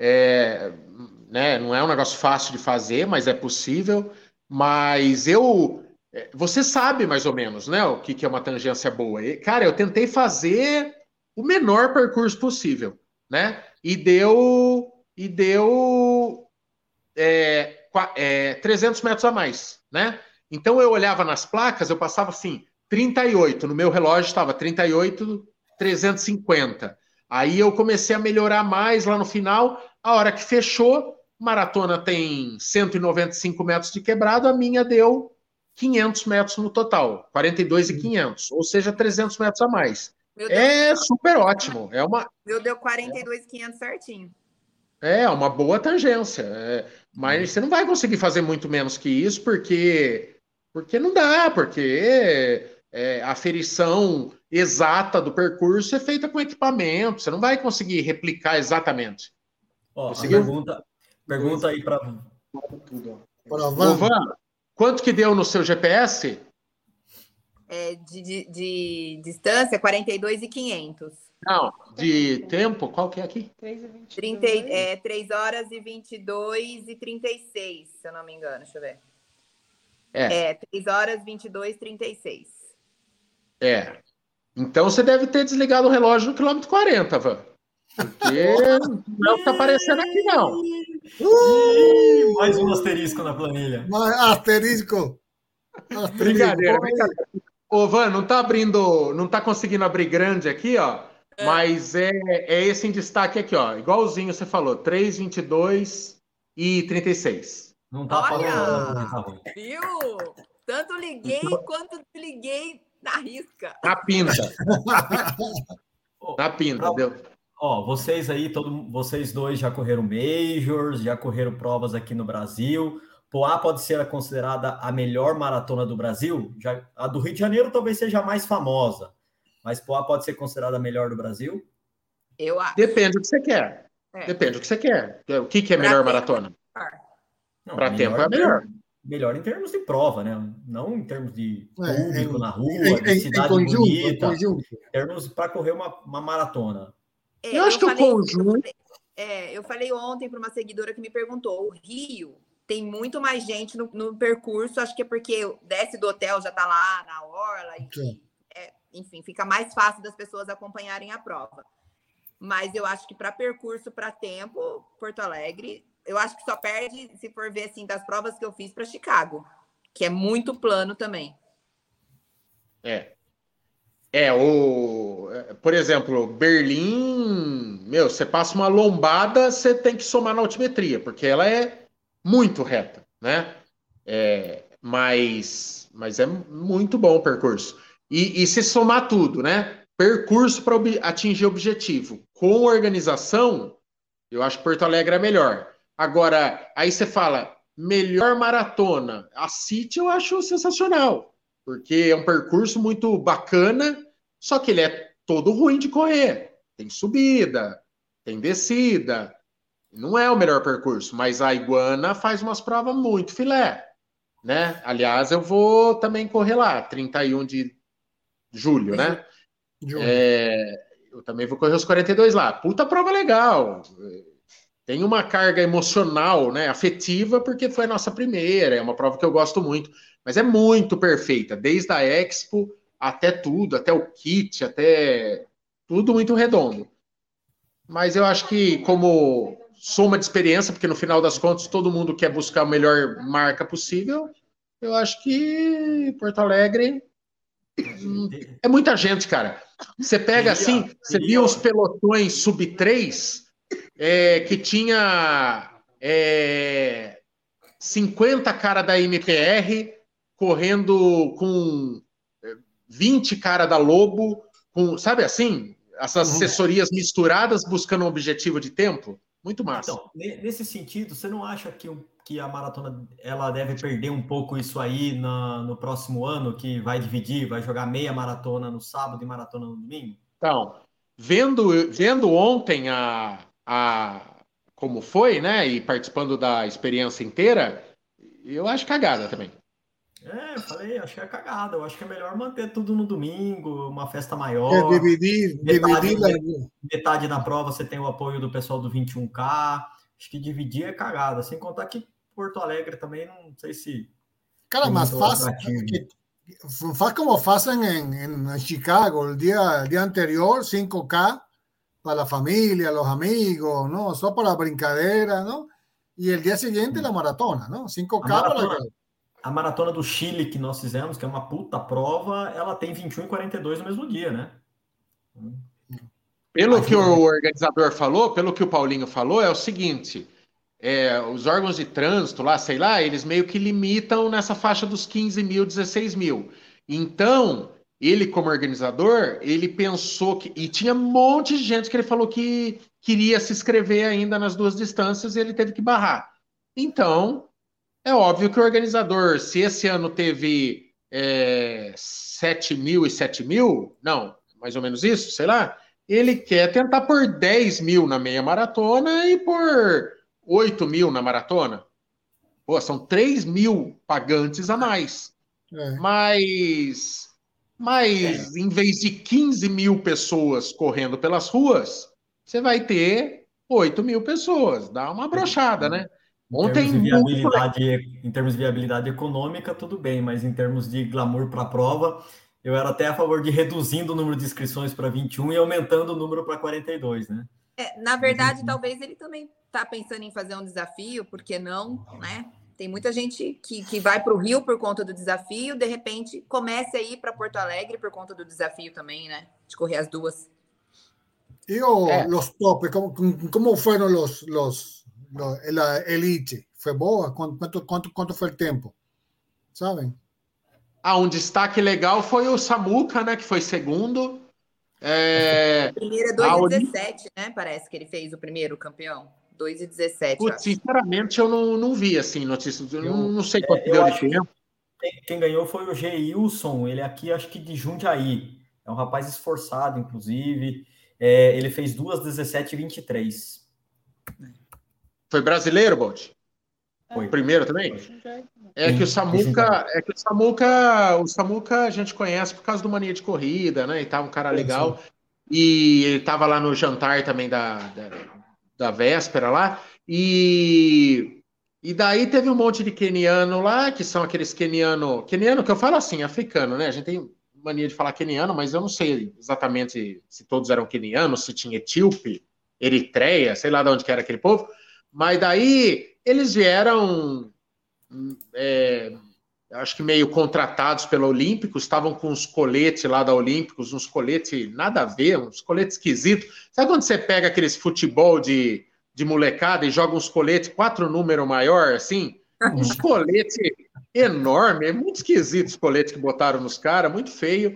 É, né, não é um negócio fácil de fazer, mas é possível. Mas eu. é, Você sabe mais ou menos, né, o que, que é uma tangência boa. E, cara, eu tentei fazer o menor percurso possível, né? E deu. E deu. é, qua- é, trezentos metros a mais, né? Então eu olhava nas placas, eu passava assim, trinta e oito, no meu relógio estava trinta e oito, trezentos e cinquenta. Aí eu comecei a melhorar mais lá no final, a hora que fechou, maratona tem cento e noventa e cinco metros de quebrado, a minha deu quinhentos metros no total, quarenta e dois e quinhentos, ou seja, trezentos metros a mais. Meu Deus, É super ótimo, é uma, meu deu quarenta e dois mil e quinhentos certinho. É, uma boa tangência. É, mas você não vai conseguir fazer muito menos que isso, porque, porque não dá, porque é, a aferição exata do percurso é feita com equipamento. Você não vai conseguir replicar exatamente. Ó, a Conseguiu? pergunta, pergunta aí para Para Ô, Van. Van, quanto que deu no seu G P S? É, de, de, de distância, quarenta e dois mil e quinhentos. Não, de tempo, qual que é aqui? três e vinte e trinta, e- dois. é, três horas e vinte e dois e trinta e seis, se eu não me engano. Deixa eu ver. É, É, três horas, vinte e dois, trinta e seis. é. Então você deve ter desligado o relógio no quilômetro quarenta, Van. Porque não é o que tá aparecendo aqui, não. Ih, mais um asterisco na planilha. Mas asterisco. Asterisco. Brincadeira, brincadeira. Ô, Van, não tá abrindo, não tá conseguindo abrir grande aqui, ó. Mas é, é esse em destaque aqui, ó. Igualzinho você falou, três, vinte e dois e trinta e seis. Não tá Olha! falando. Tá ruim. Viu? Tanto liguei quanto desliguei na risca. Na pinta, Ó, na pinta, pra- deu. Ó, vocês aí, todo, vocês dois já correram majors, já correram provas aqui no Brasil. Poá pode ser considerada a melhor maratona do Brasil? Já, a do Rio de Janeiro talvez seja a mais famosa, mas Poá pode ser considerada a melhor do Brasil? Eu acho. Depende do que você quer. É. Depende do que você quer. O que, que é Pra melhor ter- maratona? Para tempo é melhor. Melhor em termos de prova, né? Não em termos de público é, na rua, em, de cidade em conjunto, bonita, em, conjunto. em termos para correr uma, uma maratona. É, eu acho eu que falei, o conjunto... Eu falei, é, eu falei ontem para uma seguidora que me perguntou, o Rio tem muito mais gente no, no percurso, acho que é porque desce do hotel, já está lá na orla, e, é, enfim, fica mais fácil das pessoas acompanharem a prova. Mas eu acho que para percurso, para tempo, Porto Alegre, eu acho que só perde, se for ver assim, das provas que eu fiz para Chicago, que é muito plano também. É. É, o... Por exemplo, Berlim, meu, você passa uma lombada, você tem que somar na altimetria, porque ela é muito reta, né? É, mas, mas é muito bom o percurso. E, e se somar tudo, né? Percurso para ob- atingir objetivo. Com organização, eu acho que Porto Alegre é melhor. Agora, aí você fala, melhor maratona. A City eu acho sensacional, porque é um percurso muito bacana, só que ele é todo ruim de correr. Tem subida, tem descida. Não é o melhor percurso, mas a Iguana faz umas provas muito filé, né? Aliás, eu vou também correr lá, trinta e um de julho, né? É, eu também vou correr os quarenta e dois lá. Puta prova legal. Tem uma carga emocional, né, afetiva, porque foi a nossa primeira, é uma prova que eu gosto muito, mas é muito perfeita, desde a Expo até tudo, até o kit, até tudo muito redondo. Mas eu acho que como soma de experiência, porque no final das contas todo mundo quer buscar a melhor marca possível, eu acho que Porto Alegre é muita gente, cara. Você pega assim, você viu os pelotões sub três, é, que tinha é, cinquenta cara da M P R correndo com vinte cara da Lobo, com, sabe assim? Essas assessorias misturadas buscando um objetivo de tempo. Muito massa. Então, nesse sentido, você não acha que, que a maratona ela deve perder um pouco isso aí na, no próximo ano, que vai dividir, vai jogar meia maratona no sábado e maratona no domingo? Então, vendo, vendo ontem a, a como foi, né, e participando da experiência inteira, eu acho cagada também. É, eu falei, acho que é cagada. Eu acho que é melhor manter tudo no domingo, uma festa maior. É dividir, metade, dividir. metade da prova você tem o apoio do pessoal do vinte e um K. Acho que dividir é cagada. Sem contar que Porto Alegre também, não sei se... Cara, mas faz, faz como fazem en, en Chicago, el día, el día anterior, cinco K para la familia, los amigos, ¿no? Solo para la brincadera, ¿no? Y el día siguiente la maratona, ¿no? cinco K maratona, para... A maratona do Chile que nós fizemos, que é uma puta prova, ela tem vinte e um e quarenta e dois no mesmo dia, né? Pelo Ajuda. Que o organizador falou, pelo que o Paulinho falou, é o seguinte, é, os órgãos de trânsito lá, sei lá, eles meio que limitam nessa faixa dos quinze mil, dezesseis mil. Então, ele como organizador, ele pensou que... E tinha um monte de gente que ele falou que queria se inscrever ainda nas duas distâncias e ele teve que barrar. Então... É óbvio que o organizador, se esse ano teve é, sete mil e sete mil, não, mais ou menos isso, sei lá, ele quer tentar por dez mil na meia maratona e por oito mil na maratona. Pô, são três mil pagantes a mais. É. Mas, mas é. em vez de quinze mil pessoas correndo pelas ruas, você vai ter oito mil pessoas. Dá uma brochada, né? Em termos, de viabilidade, em termos de viabilidade econômica, tudo bem, mas em termos de glamour para a prova, eu era até a favor de reduzindo o número de inscrições para vinte e um e aumentando o número para quarenta e dois, né? É, na verdade, mas, talvez ele também está pensando em fazer um desafio, por que não, né? Tem muita gente que, que vai para o Rio por conta do desafio, de repente comece a ir para Porto Alegre por conta do desafio também, né? De correr as duas. E o, é. Los topes, como, como foram los... los... la elite foi boa? Quanto, quanto, quanto foi o tempo? Sabem? Ah, um destaque legal foi o Samuca, né? Que foi segundo. É... O primeiro é dois e dezessete, né? Parece que ele fez o primeiro campeão. dois e dezessete. Putz, sinceramente, eu não, não vi assim notícias. Eu, eu não, não sei quanto é, deu de tempo. Quem, quem ganhou foi o Geilson. Ele aqui, acho que de Jundiaí. É um rapaz esforçado, inclusive. É, ele fez duas dezessete e vinte e três. Foi brasileiro, Bolt? Foi. Primeiro também? É que o Samuca, é que o Samuca, o Samuca a gente conhece por causa do Mania de Corrida, né? E tá um cara legal. E ele tava lá no jantar também da, da, da véspera lá. E, e daí teve um monte de queniano lá, que são aqueles queniano... Queniano que eu falo assim, africano, né? A gente tem mania de falar queniano, mas eu não sei exatamente se todos eram quenianos, se tinha etíope, Eritreia, sei lá de onde que era aquele povo. Mas daí eles vieram... É, acho que meio contratados pela Olímpicos, estavam com uns coletes lá da Olímpicos, uns coletes nada a ver, uns coletes esquisitos. Sabe quando você pega aqueles futebol de, de molecada e joga uns coletes quatro números maior, assim? Uns coletes enormes, é muito esquisito os coletes que botaram nos caras, muito feio,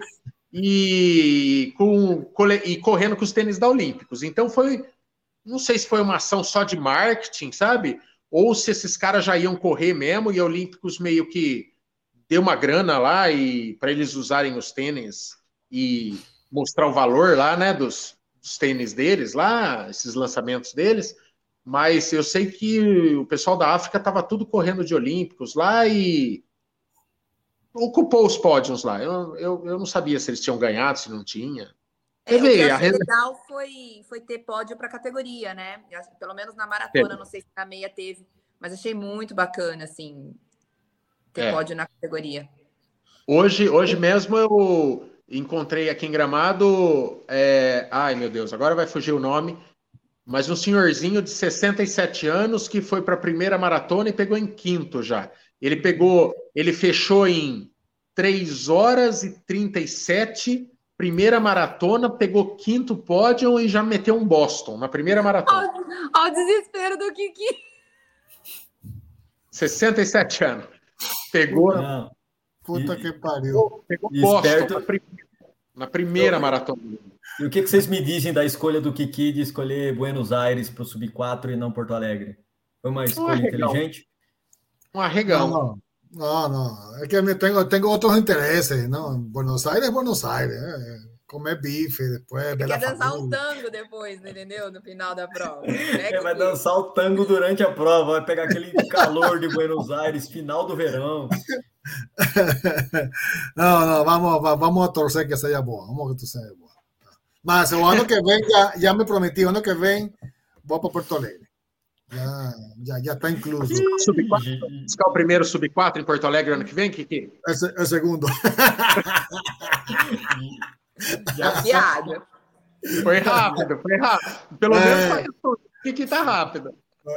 e, com, e correndo com os tênis da Olímpicos. Então foi, não sei se foi uma ação só de marketing, sabe? Ou se esses caras já iam correr mesmo e a Olímpicos meio que deu uma grana lá e para eles usarem os tênis e mostrar o valor lá, né, dos, dos tênis deles lá, esses lançamentos deles. Mas eu sei que o pessoal da África estava tudo correndo de Olímpicos lá e ocupou os pódios lá. Eu, eu, eu não sabia se eles tinham ganhado, se não tinha. É, o que eu achei legal foi, foi ter pódio para categoria, né? Pelo menos na maratona, é. Não sei se na meia teve, mas achei muito bacana, assim, ter é. pódio na categoria. Hoje, hoje mesmo eu encontrei aqui em Gramado, é... ai meu Deus, agora vai fugir o nome, mas um senhorzinho de sessenta e sete anos que foi para a primeira maratona e pegou em quinto já. Ele pegou, ele fechou em três horas e trinta e sete, primeira maratona, pegou quinto pódio e já meteu um Boston na primeira maratona. Olha o desespero do Kiki. sessenta e sete anos. Pegou. Não. Puta e, que pariu. Pegou Boston esperto... na, primeira, na primeira Eu... maratona. E o que, que vocês me dizem da escolha do Kiki de escolher Buenos Aires para o Sub quatro e não Porto Alegre? Foi uma escolha um inteligente? Um arregão. Não, não, não. É que eu tenho, tenho outros interesses, não? Buenos Aires é Buenos Aires. É. Comer bife, depois... Quer dançar um tango depois, entendeu? No final da prova. É que... Vai dançar o tango durante a prova, vai pegar aquele calor de Buenos Aires, final do verão. Não, não, vamos, vamos a torcer que seja boa. Vamos que tu seja boa. Mas o ano que vem, já, já me prometi, o ano que vem, vou para Porto Alegre. Já, já, já está incluso. Sub quatro? Buscar o primeiro Sub quatro em Porto Alegre ano que vem, Kiki? É, é segundo. Já piada. Foi rápido, foi rápido. Pelo é... menos o Kiki tá rápido.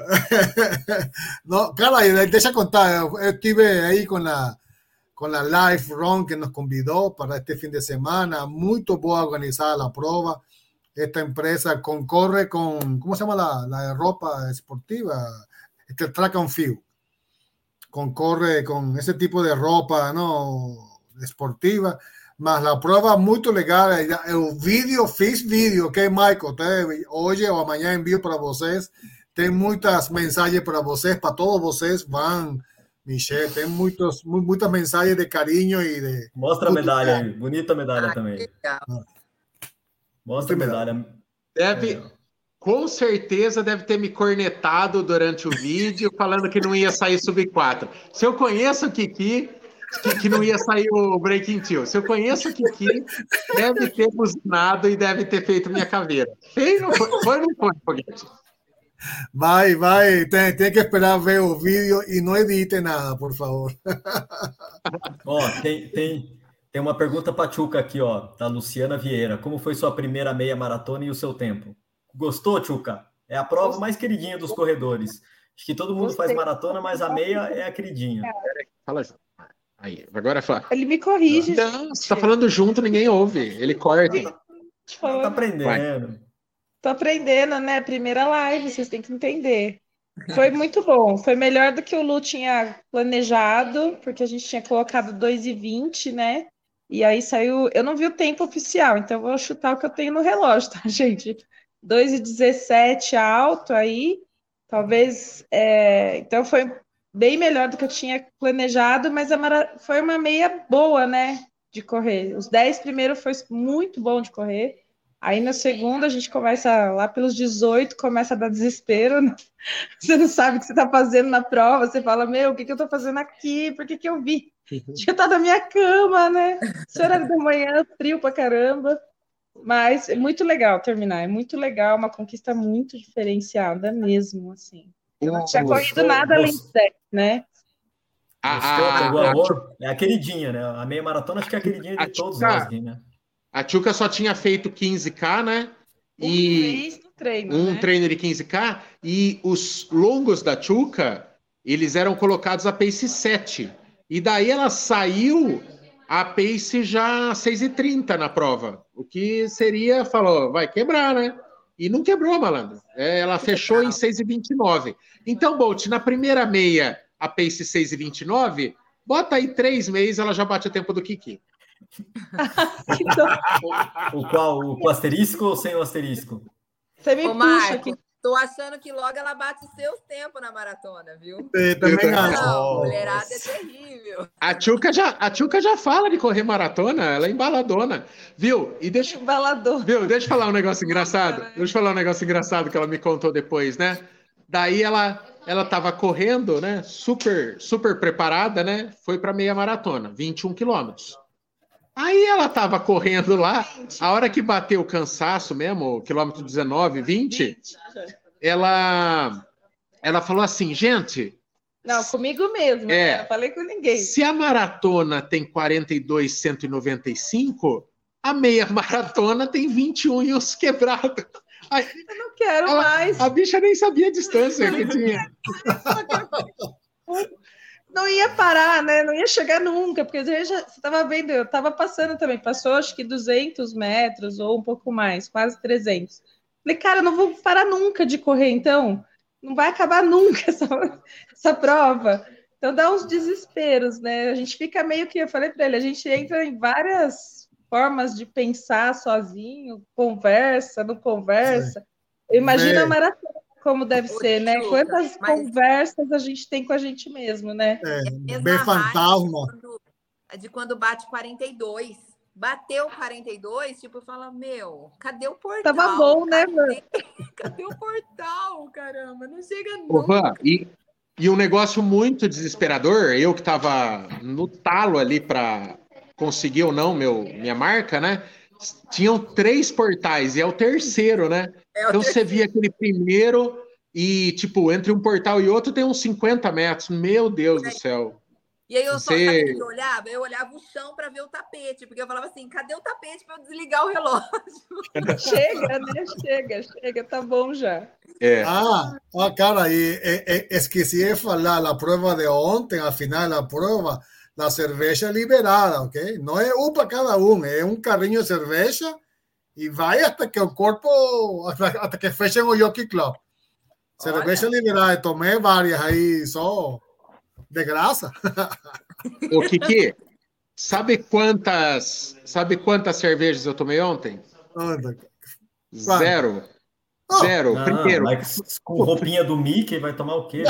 No, cara, deixa contar, eu estive aí com a con la Life Run que nos convidó para este fin de semana, muy boa organizada la prueba. Esta empresa concorre con, ¿cómo se llama la, la ropa esportiva? Este Track and Field. Concorre con ese tipo de ropa, ¿no? Esportiva, más la prueba muy legal. El vídeo, fiz vídeo, ok, Michael, te, hoy o amanhã envío para vocês. Tem muitas mensagens para vocês, para todos vocês, van... Michelle, tem muitos, muitas mensagens de carinho e de... Mostra a medalha aí, bonita medalha ah, também. Mostra a medalha. Deve, é. Com certeza deve ter me cornetado durante o vídeo, falando que não ia sair Sub quatro. Se eu conheço o Kiki, que, que não ia sair o Breaking Two. Se eu conheço o Kiki, deve ter buzinado e deve ter feito minha caveira. Foi não foi, foi, não foi, Foguete? Vai, vai, tem, tem que esperar ver o vídeo e não edite nada, por favor. Ó, tem, tem, tem uma pergunta para Tchuca aqui, ó, da Luciana Vieira. Como foi sua primeira meia maratona e o seu tempo? Gostou, Tchuca? É a prova mais queridinha dos corredores. Acho que todo mundo faz maratona, mas a meia é a queridinha. Fala aí, agora fala. Ele me corrige. Não, você tá falando junto, ninguém ouve. Ele corta. Tá aprendendo. Vai. Tô aprendendo, né? Primeira live, vocês têm que entender. Foi muito bom. Foi melhor do que o Lu tinha planejado, porque a gente tinha colocado dois e vinte, né? E aí saiu... Eu não vi o tempo oficial, então eu vou chutar o que eu tenho no relógio, tá, gente? dois e dezessete alto aí. Talvez... É... Então foi bem melhor do que eu tinha planejado, mas a mara... foi uma meia boa, né? De correr. Os dez primeiros foi muito bom de correr. Aí na segunda a gente começa lá pelos dezoito, começa a dar desespero, né? Você não sabe o que você está fazendo na prova, você fala, meu, o que, que eu estou fazendo aqui? Por que, que eu vi? Tinha estar na minha cama, né? Esse horário da manhã, frio pra caramba. Mas é muito legal terminar, é muito legal, uma conquista muito diferenciada mesmo, assim. Eu não tinha corrido nada além de dez, né? Gostou, pegou amor? É a queridinha, né? A meia maratona acho que é a queridinha de todos nós aqui, né? A Tchuca só tinha feito quinze K, né? E um treino, um né? treino de quinze K, e os longos da Tchuca, eles eram colocados a pace sete. E daí ela saiu a pace já seis e trinta na prova. O que seria, falou, vai quebrar, né? E não quebrou, malandro. É, ela fechou em seis e vinte e nove. Então, Bolt, na primeira meia, a pace seis e vinte e nove, bota aí três meses, ela já bate o tempo do Kiki. o, o qual? O com asterisco ou sem o asterisco? Você me Ô, puxa Marco, aqui. Tô achando que logo ela bate os seus tempos na maratona, viu? Eu também acho. Não, mulherada é terrível. A Tchuca já, a Tchuca já fala de correr maratona, ela é embaladona, viu? E deixa, Embalador. viu? Deixa eu falar um negócio engraçado. Deixa eu falar um negócio engraçado que ela me contou depois, né? Daí ela, ela tava correndo, né? Super, super preparada, né? Foi para meia maratona, vinte e um quilômetros. Aí ela tava correndo lá, a hora que bateu o cansaço mesmo, quilômetro dezenove, vinte, ela, ela falou assim, gente... Não, comigo mesmo, é, né? Não falei com ninguém. Se a maratona tem quarenta e dois, cento e noventa e cinco, a meia maratona tem vinte e um e uns quebrados. Aí, eu não quero ela, mais. A bicha nem sabia a distância que tinha. Não ia parar, né? Não ia chegar nunca, porque já, você estava vendo, eu estava passando também, passou acho que duzentos metros ou um pouco mais, quase trezentos. Falei, cara, eu não vou parar nunca de correr, então não vai acabar nunca essa, essa prova. Então dá uns desesperos, né? A gente fica meio que, eu falei para ele, a gente entra em várias formas de pensar sozinho, conversa, não conversa. Imagina a maratona como deve Ô, ser, né? Quantas mas... conversas a gente tem com a gente mesmo, né? É, é bem fantasma. De quando, de quando bate quarenta e dois. Bateu quarenta e dois, tipo, fala, meu, cadê o portal? Tava bom, né, mano? Cadê o portal, caramba? Não chega nunca. E, e um negócio muito desesperador, eu que tava no talo ali para conseguir ou não meu, minha marca, né? Tinham três portais, e é o terceiro, né? É o então terceiro. Você via aquele primeiro e, tipo, entre um portal e outro tem uns cinquenta metros. Meu Deus do céu. E aí eu só você... sabia que eu olhava, eu olhava o chão para ver o tapete, porque eu falava assim, cadê o tapete para eu desligar o relógio? Chega, né? Chega, chega, tá bom já. É. Ah, ah, cara, e, e, esqueci de falar, a prova de ontem, al final da prova, a cerveja liberada, ok? Não é um para cada um, é um carrinho de cerveja e vai até que o corpo, até, até que fechem o Jockey Club. Cerveja Olha. Liberada, tomei várias aí só de graça. Ô, Kiki, sabe quantas, sabe quantas cervejas eu tomei ontem? Zero. Oh. Zero. Não, Primeiro. Mas com roupinha do Mickey vai tomar o quê?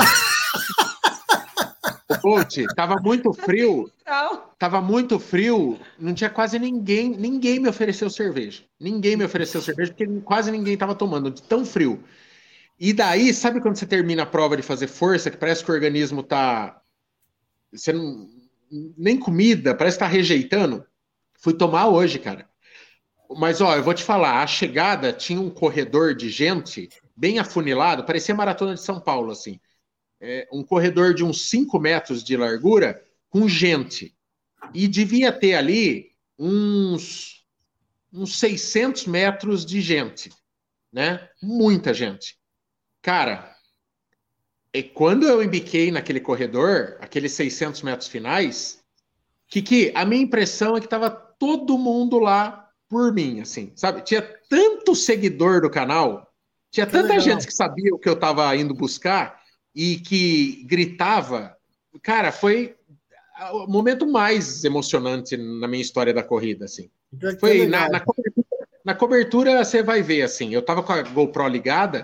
Coach, tava muito frio. Tava muito frio. Não tinha quase ninguém. Ninguém me ofereceu cerveja. Ninguém me ofereceu cerveja porque quase ninguém tava tomando. De tão frio. E daí, sabe quando você termina a prova de fazer força, que parece que o organismo tá... Você não... Nem comida, parece que tá rejeitando. Fui tomar hoje, cara. Mas, ó, eu vou te falar, a chegada tinha um corredor de gente bem afunilado, parecia a Maratona de São Paulo, assim. É, um corredor de uns cinco metros de largura com gente. E devia ter ali uns, uns seiscentos metros de gente, né? Muita gente. Cara, e quando eu embiquei naquele corredor, aqueles seiscentos metros finais, Kiki, a minha impressão é que tava todo mundo lá por mim, assim, sabe? Tinha tanto seguidor do canal, tinha que tanta legal. Gente que sabia o que eu tava indo buscar e que gritava. Cara, foi o momento mais emocionante na minha história da corrida, assim. Que foi na, na, cobertura, na cobertura, você vai ver, assim, eu tava com a GoPro ligada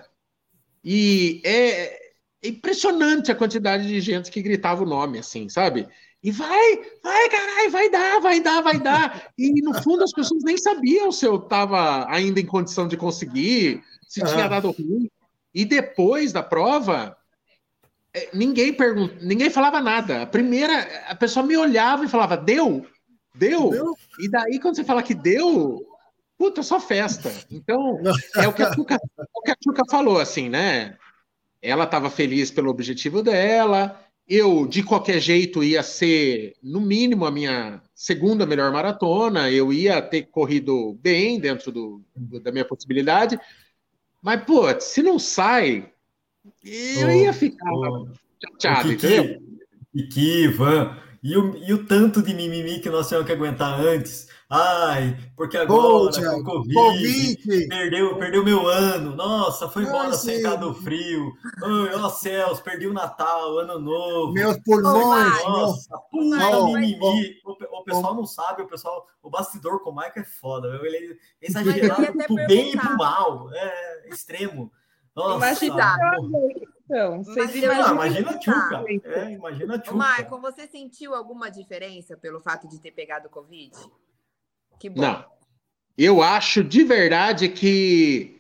e é impressionante a quantidade de gente que gritava o nome, assim, sabe? E vai, vai, caralho, vai dar, vai dar, vai dar. E no fundo as pessoas nem sabiam se eu estava ainda em condição de conseguir, se ah. tinha dado ruim. E depois da prova, ninguém pergunt... ninguém falava nada. A primeira, a pessoa me olhava e falava, deu? Deu? deu? E daí, quando você fala que deu, puta, só festa. Então, é o que a Tchuca, o que a Tchuca falou, assim, né? Ela estava feliz pelo objetivo dela. Eu, de qualquer jeito, ia ser, no mínimo, a minha segunda melhor maratona. Eu ia ter corrido bem dentro do, do, da minha possibilidade. Mas, pô, se não sai, eu oh, ia ficar oh, chateado, Kiki, entendeu? Kiki, Ivan, e o, e o tanto de mimimi que nós tínhamos que aguentar antes? Ai, porque agora, Poxa, com Covid, COVID. Perdeu, perdeu meu ano. Nossa, foi embora sem cá do frio. Ai, ó céus, perdi o Natal, Ano Novo. Meus pulmões. Nossa, puta mimimi. O, o pessoal não sabe, o pessoal, o bastidor com o Maico é foda. Ele é exagerado pro bem e pro mal. É extremo. Nossa, Imagina. Então, vocês imaginam, imagina a Tchuca. É, imagina a Tchuca. Marco, você sentiu alguma diferença pelo fato de ter pegado Covid? Que bom. Não. Eu acho de verdade que...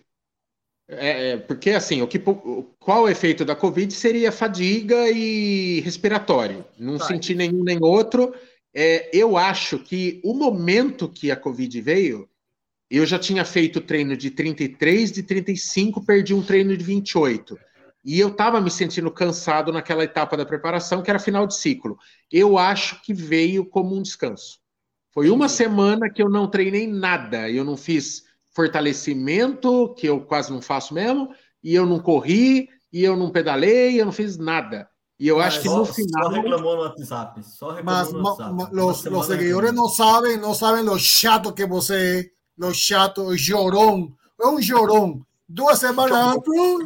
É, porque, assim, o que, qual o efeito da Covid seria fadiga e respiratório. Não Pode. senti nenhum nem outro. É, eu acho que o momento que a Covid veio, eu já tinha feito treino de trinta e três, de trinta e cinco, perdi um treino de vinte e oito. E eu estava me sentindo cansado naquela etapa da preparação, que era final de ciclo. Eu acho que veio como um descanso. Foi uma semana que eu não treinei nada. Eu não fiz fortalecimento, que eu quase não faço mesmo, e eu não corri, e eu não pedalei, eu não fiz nada. E eu mas acho que só, no final... Só reclamou no WhatsApp. Só reclamou mas, no WhatsApp. Mas, los, los seguidores não sabem, não sabem lo chato que você é. Lo chato, chorão. É um chorão. Duas semanas...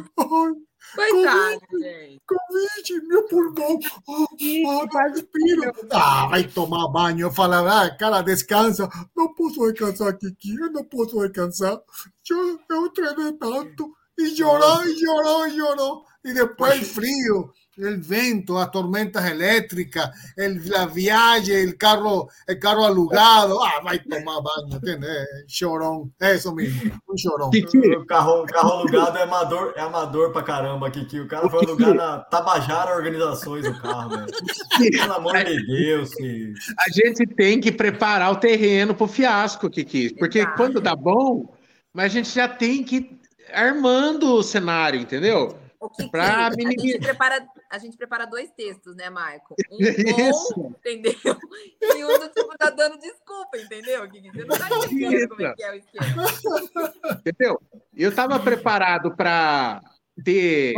Coitado, gente. Covid, meu pulmão. Oh, oh, respiro. Ah, vai tomar banho. Eu falava, ah, cara, descansa. Não posso descansar, Kiki. Eu não posso descansar. Eu, eu treinei tanto. E chorou, e chorou, e chorou. E depois frio, o vento, as tormentas elétricas, el, a viagem, o carro, el carro alugado. Ah, vai tomar banho, entendeu? Chorão. É isso mesmo, um chorão. O carro, o carro alugado é amador, é amador pra caramba, Kiki. O cara foi alugar na Tabajara Organizações o carro, velho. Pelo amor de Deus. Que... A gente tem que preparar o terreno pro fiasco, Kiki. Porque Exato. Quando dá bom, mas a gente já tem que ir armando o cenário, entendeu? O que pra a, gente prepara, a gente prepara dois textos, né, Marco? Um bom, entendeu? E um do tipo tá dando desculpa, entendeu? Você não tá entendendo como é que é o esquema. Entendeu? Eu tava preparado para ter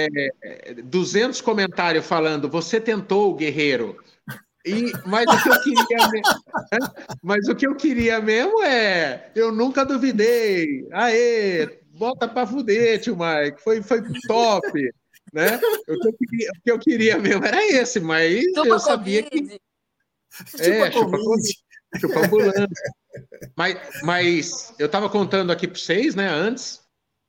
é, duzentos comentários falando você tentou, guerreiro. E, mas, o que eu queria mesmo, mas o que eu queria mesmo é eu nunca duvidei. Aê! Bota pra fuder, tio Mike. Foi, foi top, né? O que, eu queria, o que eu queria mesmo era esse, mas chupa eu sabia COVID. que... É, chupa Covid. Chupa ambulância. Mas, mas eu tava contando aqui para vocês, né, antes.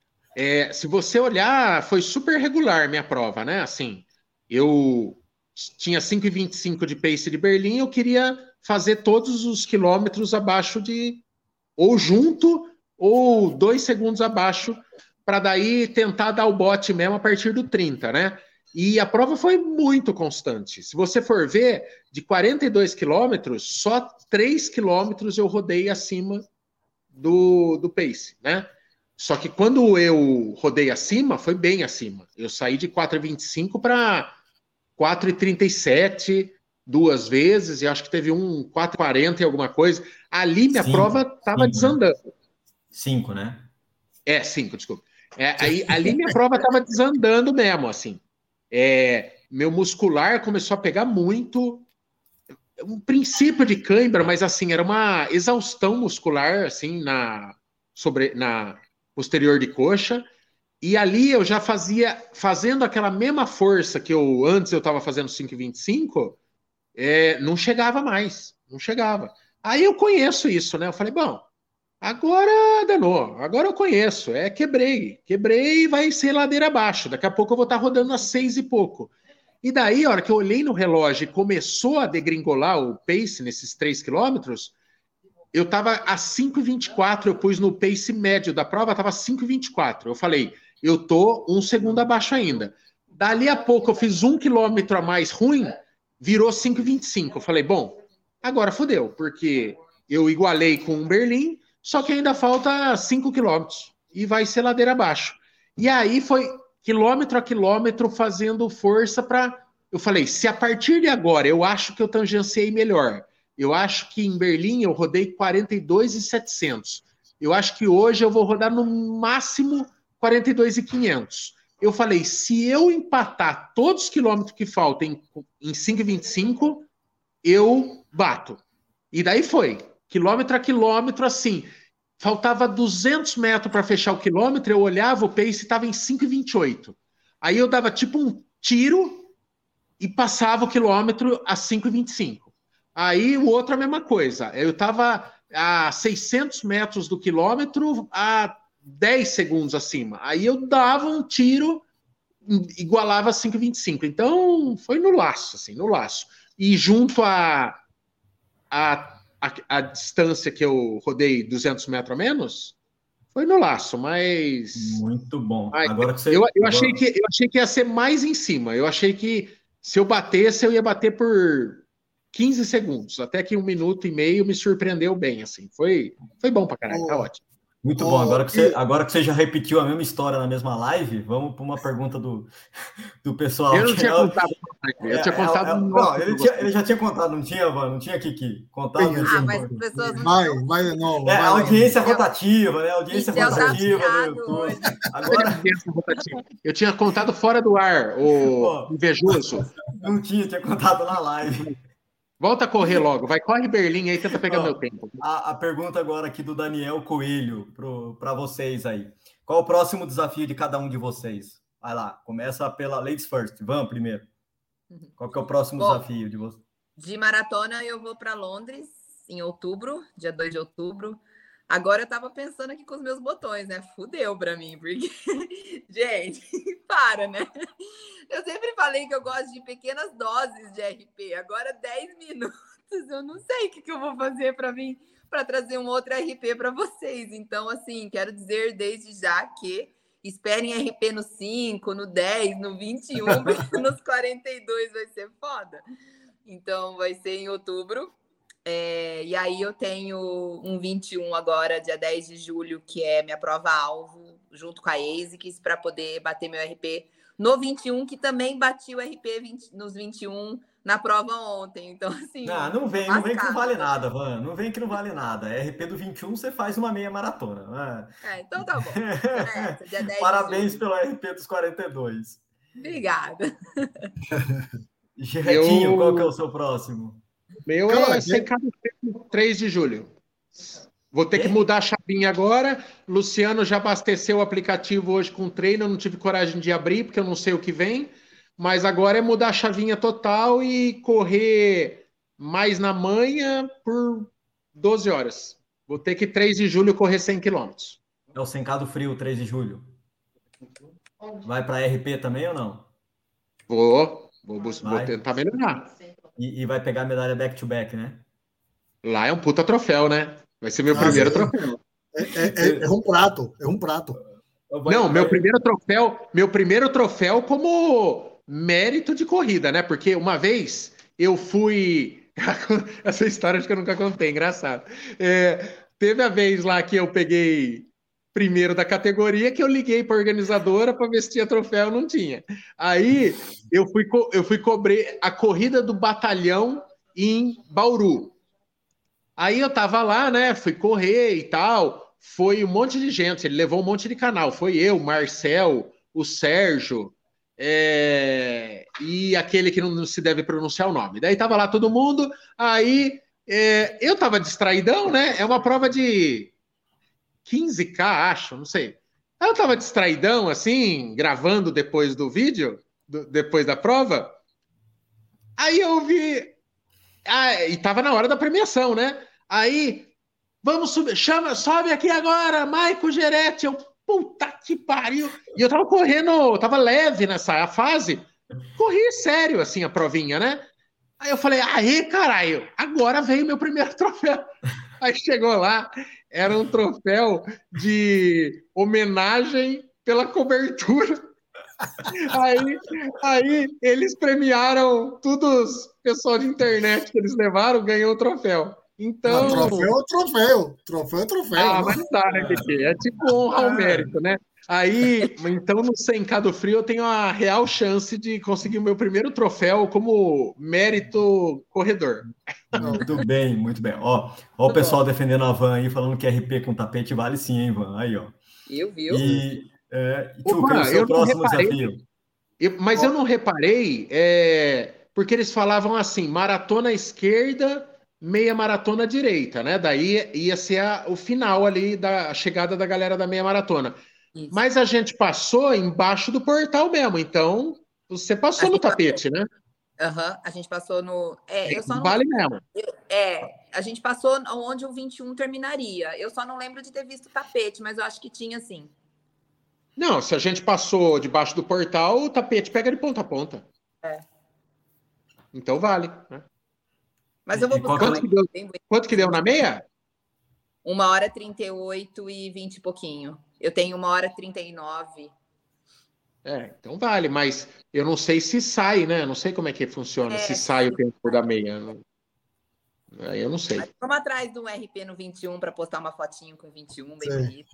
É, se você olhar, foi super regular minha prova, né? Assim, eu tinha cinco e vinte e cinco de pace de Berlim, eu queria fazer todos os quilômetros abaixo de... Ou junto... ou dois segundos abaixo, para daí tentar dar o bote mesmo a partir do trinta, né? E a prova foi muito constante. Se você for ver, de quarenta e dois quilômetros, só três quilômetros eu rodei acima do, do pace, né? Só que quando eu rodei acima, foi bem acima. Eu saí de quatro e vinte e cinco para quatro e trinta e sete duas vezes, e acho que teve um quatro e quarenta e alguma coisa. Ali minha sim, prova estava desandando. Cinco, né? É, cinco, desculpa. É, aí, ali minha prova estava desandando mesmo, assim. É, meu muscular começou a pegar muito, um princípio de cãibra, mas assim, era uma exaustão muscular, assim, na, sobre, na posterior de coxa, e ali eu já fazia, fazendo aquela mesma força que eu, antes eu estava fazendo cinco e vinte e cinco, é, não chegava mais, não chegava. Aí eu conheço isso, né? Eu falei, bom, agora danou, agora eu conheço, é quebrei, quebrei e vai ser ladeira abaixo, daqui a pouco eu vou estar rodando a seis e pouco. E daí, a hora que eu olhei no relógio e começou a degringolar o pace nesses três quilômetros, eu estava a cinco e vinte e quatro, eu pus no pace médio da prova, estava cinco e vinte e quatro. Eu falei, eu tô um segundo abaixo ainda. Dali a pouco eu fiz um quilômetro a mais ruim, virou cinco e vinte e cinco. Eu falei, bom, agora fodeu, porque eu igualei com o Berlim, só que ainda falta cinco quilômetros e vai ser ladeira abaixo. E aí foi quilômetro a quilômetro fazendo força para... Eu falei, se a partir de agora eu acho que eu tangenciei melhor, eu acho que em Berlim eu rodei quarenta e dois e setecentos, eu acho que hoje eu vou rodar no máximo quarenta e dois e quinhentos. Eu falei, se eu empatar todos os quilômetros que faltam em, em cinco e vinte e cinco, eu bato. E daí foi, quilômetro a quilômetro, assim, faltava duzentos metros para fechar o quilômetro, eu olhava, o pace estava em cinco e vinte e oito. Aí eu dava tipo um tiro e passava o quilômetro a cinco e vinte e cinco. Aí o outro a mesma coisa, eu estava a seiscentos metros do quilômetro a dez segundos acima. Aí eu dava um tiro, igualava cinco e vinte e cinco. Então foi no laço, assim, no laço. E junto a, a, a, a distância que eu rodei duzentos metros a menos, foi no laço, mas... Muito bom. Mas agora que você... eu, eu, agora... achei que, eu achei que ia ser mais em cima. Eu achei que se eu batesse, eu ia bater por quinze segundos. Até que um minuto e meio me surpreendeu bem, assim. Foi, foi bom pra caralho, tá ótimo. Muito bom. Agora que, você, agora que você já repetiu a mesma história na mesma live, vamos para uma pergunta do, do pessoal. Eu não tinha é, contado. Eu é, tinha contado. É, é, não, ele, tinha, ele já tinha contado, não tinha, Van? Não tinha Kiki? Contado. Sim, ah, mas as pessoas não. Vai, vai de novo. É, vai a audiência novo. rotativa, né? A audiência Michel rotativa tá do YouTube. hoje. Agora... Eu tinha contado fora do ar, o invejoso. Não tinha, tinha contado na live. Volta a correr logo, vai, corre Berlim aí, tenta pegar Ó, meu tempo. A, a pergunta agora aqui do Daniel Coelho para vocês aí. Qual o próximo desafio de cada um de vocês? Vai lá, começa pela Ladies First. Vamos primeiro. Qual que é o próximo Bom, desafio de vocês? De maratona eu vou para Londres em outubro, dia dois de outubro. Agora eu tava pensando aqui com os meus botões, né? Fudeu pra mim, porque... Gente, para, né? Eu sempre falei que eu gosto de pequenas doses de R P. Agora, dez minutos, eu não sei o que, que eu vou fazer para mim, para trazer um outro R P para vocês. Então, assim, quero dizer desde já que esperem R P no cinco, no dez, no vinte e um, porque nos quarenta e dois vai ser foda. Então, vai ser em outubro. É, e aí eu tenho um vinte e um agora, dia dez de julho, que é minha prova-alvo, junto com a ASICS, para poder bater meu R P no vinte e um, que também bati o R P vinte, nos vinte e um na prova ontem. Então, assim... Não, não vem, não vem que não vale nada, Van. Não vem que não vale nada. R P do vinte e um, você faz uma meia maratona. Né? É, então tá bom. É, dia dez Parabéns pelo R P dos quarenta e dois. Obrigada. Retinho, eu... qual que é o seu próximo? Meu Cara, é secado três de julho. Vou ter que mudar a chavinha agora. Luciano já abasteceu o aplicativo hoje com treino. Eu não tive coragem de abrir, porque eu não sei o que vem. Mas agora é mudar a chavinha total e correr mais na manhã por doze horas. Vou ter que três de julho correr cem quilômetros. É o Sencado Frio, três de julho. Vai para R P também ou não? Vou. Vou, vou tentar melhorar. E, e vai pegar a medalha back-to-back, né? Lá é um puta troféu, né? Vai ser meu ah, primeiro é, troféu. É, é, é um prato, é um prato. Vou, Não, vai... meu primeiro troféu, meu primeiro troféu como mérito de corrida, né? Porque uma vez eu fui... Essa história acho que eu nunca contei, engraçado. É, teve a vez lá que eu peguei primeiro da categoria, que eu liguei para a organizadora para ver se tinha troféu, não tinha. Aí eu fui, co- eu fui cobrir a corrida do batalhão em Bauru. Aí eu tava lá, né? Fui correr e tal. Foi um monte de gente, ele levou um monte de canal. Foi eu, Marcel, o Sérgio, é... e aquele que não se deve pronunciar o nome. Daí tava lá todo mundo. Aí é... eu tava distraidão, né? É uma prova de quinze K, acho, não sei. Aí eu tava distraidão, assim, gravando depois do vídeo, do, depois da prova. Aí eu vi... Ah, e tava na hora da premiação, né? Aí, vamos subir, chama, sobe aqui agora, Maico Geretti. Eu, puta que pariu. E eu tava correndo, tava leve nessa fase. corri sério, assim, a provinha, né? Aí eu falei, aê, caralho, agora veio meu primeiro troféu. Aí chegou lá, era um troféu de homenagem pela cobertura. Aí, aí eles premiaram todos os pessoal de internet que eles levaram, ganhou o troféu. Então. Não, troféu é troféu. Troféu é troféu. Ah, mas não dá, né, Kiki? É tipo honrar o mérito, né? Aí, então, no cem K do Frio, eu tenho a real chance de conseguir o meu primeiro troféu como mérito corredor. Muito bem, muito bem. Ó, ó o pessoal defendendo a Van aí, falando que R P com tapete vale sim, hein, Van? Aí, ó. Eu, viu? E, é, Ô, Tchuca, Van, o seu eu não próximo reparei. desafio? Eu- mas eu não reparei, é, porque eles falavam assim, maratona esquerda, meia maratona direita, né? Daí ia ser a- o final ali da a chegada da galera da meia maratona. Isso. Mas a gente passou embaixo do portal mesmo, então você passou A no gente tapete, né? Aham, a gente passou no. É, eu só não. Vale mesmo. É, a gente passou onde o vinte e um terminaria. Eu só não lembro de ter visto o tapete, mas eu acho que tinha sim. Não, se a gente passou debaixo do portal, o tapete pega de ponta a ponta. É. Então vale, né? Mas eu vou E qual buscar Quanto que um deu, bem- quanto que deu na meia? uma hora trinta e oito e vinte e pouquinho. Eu tenho uma hora trinta e nove. É, então vale, mas eu não sei se sai, né? Eu não sei como é que funciona, É, se sai o se tempo da meia. Não- Aí eu não sei. Mas vamos atrás do R P no vinte e um para postar uma fotinho com o vinte e um, bem Sim. bonito.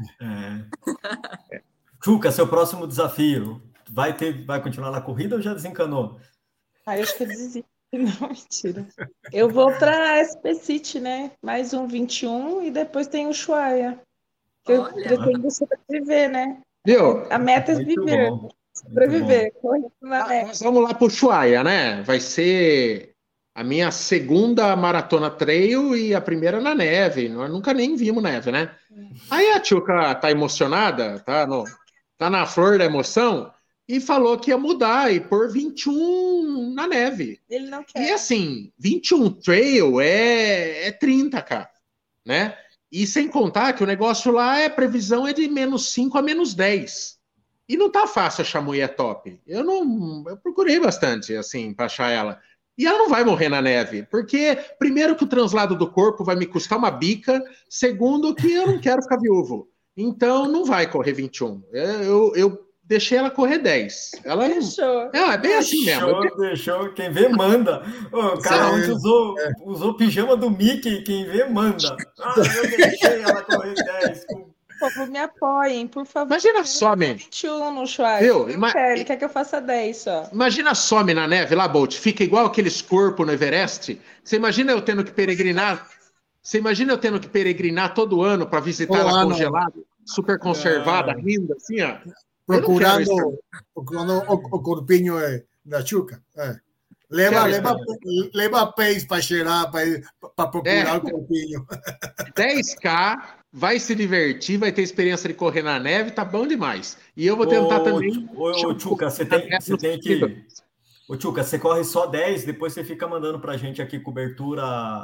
É. Tchuca, seu próximo desafio. Vai, ter, vai continuar na corrida ou já desencanou? Ah, eu acho que eu desisti. Não, mentira. Eu vou para S P City, né? Mais um vinte e um e depois tem o Ushuaia. Que eu Olha. pretendo sobreviver, né? Viu? A meta é Muito viver. bom. Muito Sobreviver. Correndo na Ah, neve. nós vamos lá pro Ushuaia, né? Vai ser a minha segunda maratona trail e a primeira na neve. Nós nunca nem vimos neve, né? Aí a Tchuca tá emocionada, tá, no, tá na flor da emoção, e falou que ia mudar e pôr vinte e um na neve. Ele não E quer. assim, vinte e um trail é, é trinta, cara, né? E sem contar que o negócio lá é previsão é de menos cinco a menos dez. E não tá fácil achar mulher top. Eu não, eu procurei bastante assim para achar ela. E ela não vai morrer na neve, porque primeiro que o translado do corpo vai me custar uma bica, segundo que eu não quero ficar viúvo. Então não vai correr vinte e um. Eu, eu deixei ela correr dez. Ela não, Fechou. é, é bem assim mesmo. Eu Deixou, deixou. Quem vê, manda. Ô, o cara Sim. ontem usou, usou pijama do Mickey. Quem vê, manda. Ah, eu deixei ela correr dez. Por favor, me apoiem, por favor. Imagina só, man. vinte e um no Ushuaia. Viu? Não Ima- quer, ele quer que eu faça dez só. Imagina some na neve lá, Bolt, fica igual aqueles corpos no Everest. Você imagina eu tendo que peregrinar? Você imagina eu tendo que peregrinar todo ano para visitar Todo ela ano. congelada, super conservada, Não. linda, assim, ó. Procurando, procurando o, o corpinho é, da Tchuca. É. Leva, Quero leva, leva pés para cheirar, para procurar É. o corpinho. dez K, vai se divertir, vai ter experiência de correr na neve, tá bom demais. E eu vou tentar Ô, também. Ô, ô, Tchuca, você tem, você tem que. Ô, Tchuca, você corre só dez, depois você fica mandando pra gente aqui cobertura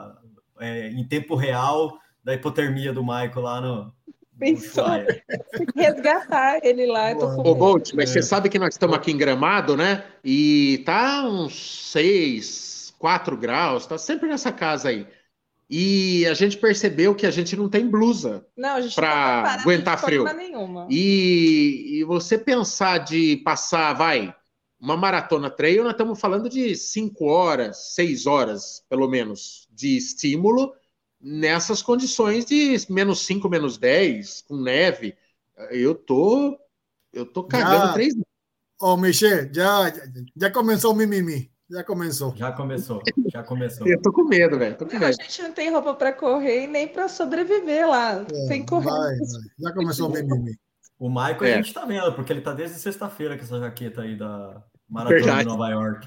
é, em tempo real da hipotermia do Michael lá no. Pensou? Resgatar ele lá. Eu tô com Ô, medo. Bolt, mas É. você sabe que nós estamos aqui em Gramado, né? E tá uns seis, quatro graus, tá sempre nessa casa aí. E a gente percebeu que a gente não tem blusa Não, a gente pra não tá preparado aguentar de frio. forma nenhuma. E, e você pensar de passar, vai, uma maratona trail, nós estamos falando de cinco horas, seis horas, pelo menos, de estímulo nessas condições de menos cinco, menos dez, com neve. Eu tô, eu tô cagando Já. três. Ô, Michel, já, já começou o mimimi. Já começou. Já começou, já começou. Eu tô com medo, velho. Tô com Não, a medo. gente não tem roupa para correr e nem para sobreviver lá. É, Sem correr. vai, vai. Já começou o mimimi. O Michael É. a gente tá vendo, porque ele tá desde sexta-feira com essa jaqueta aí da Maratona Verdade. de Nova York.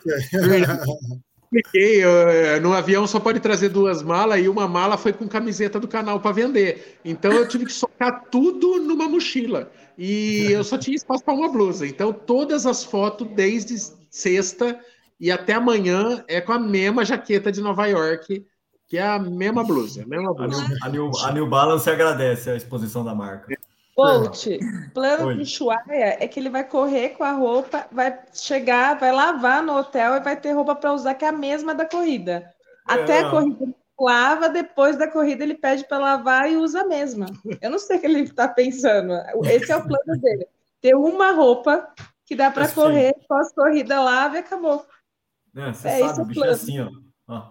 Expliquei, eu, no avião só pode trazer duas malas e uma mala foi com camiseta do canal para vender. Então eu tive que socar tudo numa mochila. E eu só tinha espaço para uma blusa. Então todas as fotos, desde sexta e até amanhã, é com a mesma jaqueta de Nova York, que é a mesma blusa. A mesma A blusa. New, a New, a New Balance agradece a exposição da marca. Bolt, plano Oi. do Ushuaia é que ele vai correr com a roupa, vai chegar, vai lavar no hotel e vai ter roupa para usar que é a mesma da corrida. Até é. a corrida ele lava, depois da corrida ele pede para lavar e usa a mesma. Eu não sei o que ele está pensando. Esse é o plano dele. Ter uma roupa que dá para correr, pós-corrida lava e acabou. É, você é, sabe, o bicho é assim, ó. ó.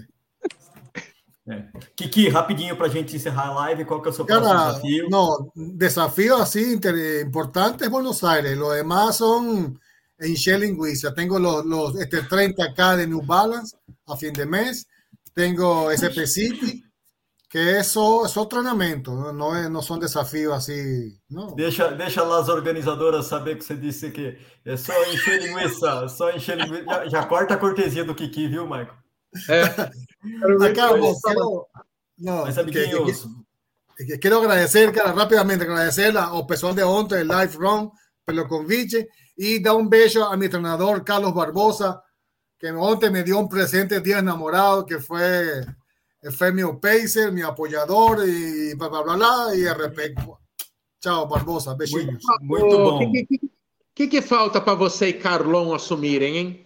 É. É. Kiki, rapidinho para a gente encerrar a live, qual que é o seu Cara, próximo desafio? No, desafío así importante es Buenos Aires, los demás son en Shelling Wizard. Tengo los, los este, treinta K de New Balance a fin de mes, tengo S P City, que eso es otro entrenamiento, no, no, es, no son desafíos así. No. Deixa, deixa lá as organizadoras saber que você disse que é só encher linguiça, só encher linguiça. Já, já corta a cortesia do Kiki, viu, Michael? É. Acá, vos, quiero, no, Mas, amiguinhos, que, que, quiero agradecer, cara, rápidamente agradecer al personal de ontem, el Live Run, pelo convite, y dar un beso a mi entrenador, Carlos Barbosa, que ontem me dio un presente Día Enamorado, que fue, fue mi pacer, mi apoyador, y bla, bla, bla, bla, y al respecto. Tchau, Barbosa, beijinhos. Muito, muito bom. O que, que, que, que falta para você e Carlon assumirem, hein?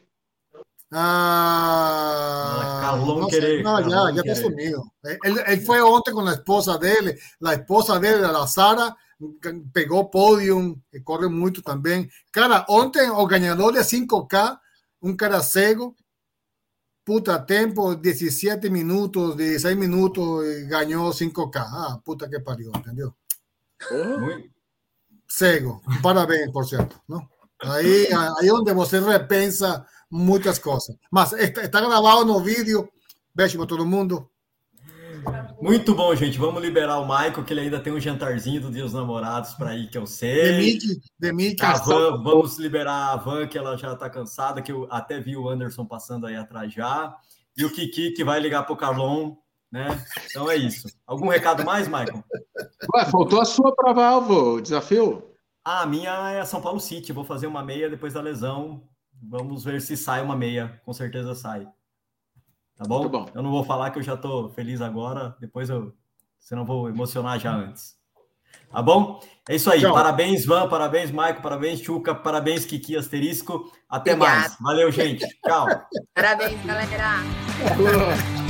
Ah, Carlón no, querer, no Carlón ya, ya querer. está sumido. Él, él fue ontem con la esposa de él, la esposa de él, la Sara, pegó podium, que corre mucho también. Cara, ontem o ganador de cinco K, un cara cego, puta tempo, diecisiete minutos, dieciséis minutos, y ganó cinco K. Ah, puta que parió, ¿entendió? Muy... Cego, parabéns, por cierto, ¿no? Ahí, ahí donde você repensa muitas coisas. Mas está, está gravado no vídeo. Beijo para todo mundo. Muito bom, gente. Vamos liberar o Michael, que ele ainda tem um jantarzinho do Dia dos Namorados para ir, que eu sei. Demite, demite. A Van, vamos liberar a Van, que ela já está cansada, que eu até vi o Anderson passando aí atrás já. E o Kiki, que vai ligar para o Carlon, né? Então é isso. Algum recado mais, Michael? Ué, faltou a sua prova-alvo, o desafio. Ah, a minha é São Paulo City. Vou fazer uma meia depois da lesão. Vamos ver se sai uma meia. Com certeza sai. Tá bom? Muito bom. Eu não vou falar que eu já tô feliz agora. Depois eu... Senão vou emocionar já antes. Tá bom? É isso aí. Tchau. Parabéns, Van. Parabéns, Maico. Parabéns, Chuca. Parabéns, Kiki Asterisco. Até Obrigado. mais. Valeu, gente. Tchau. Parabéns, galera.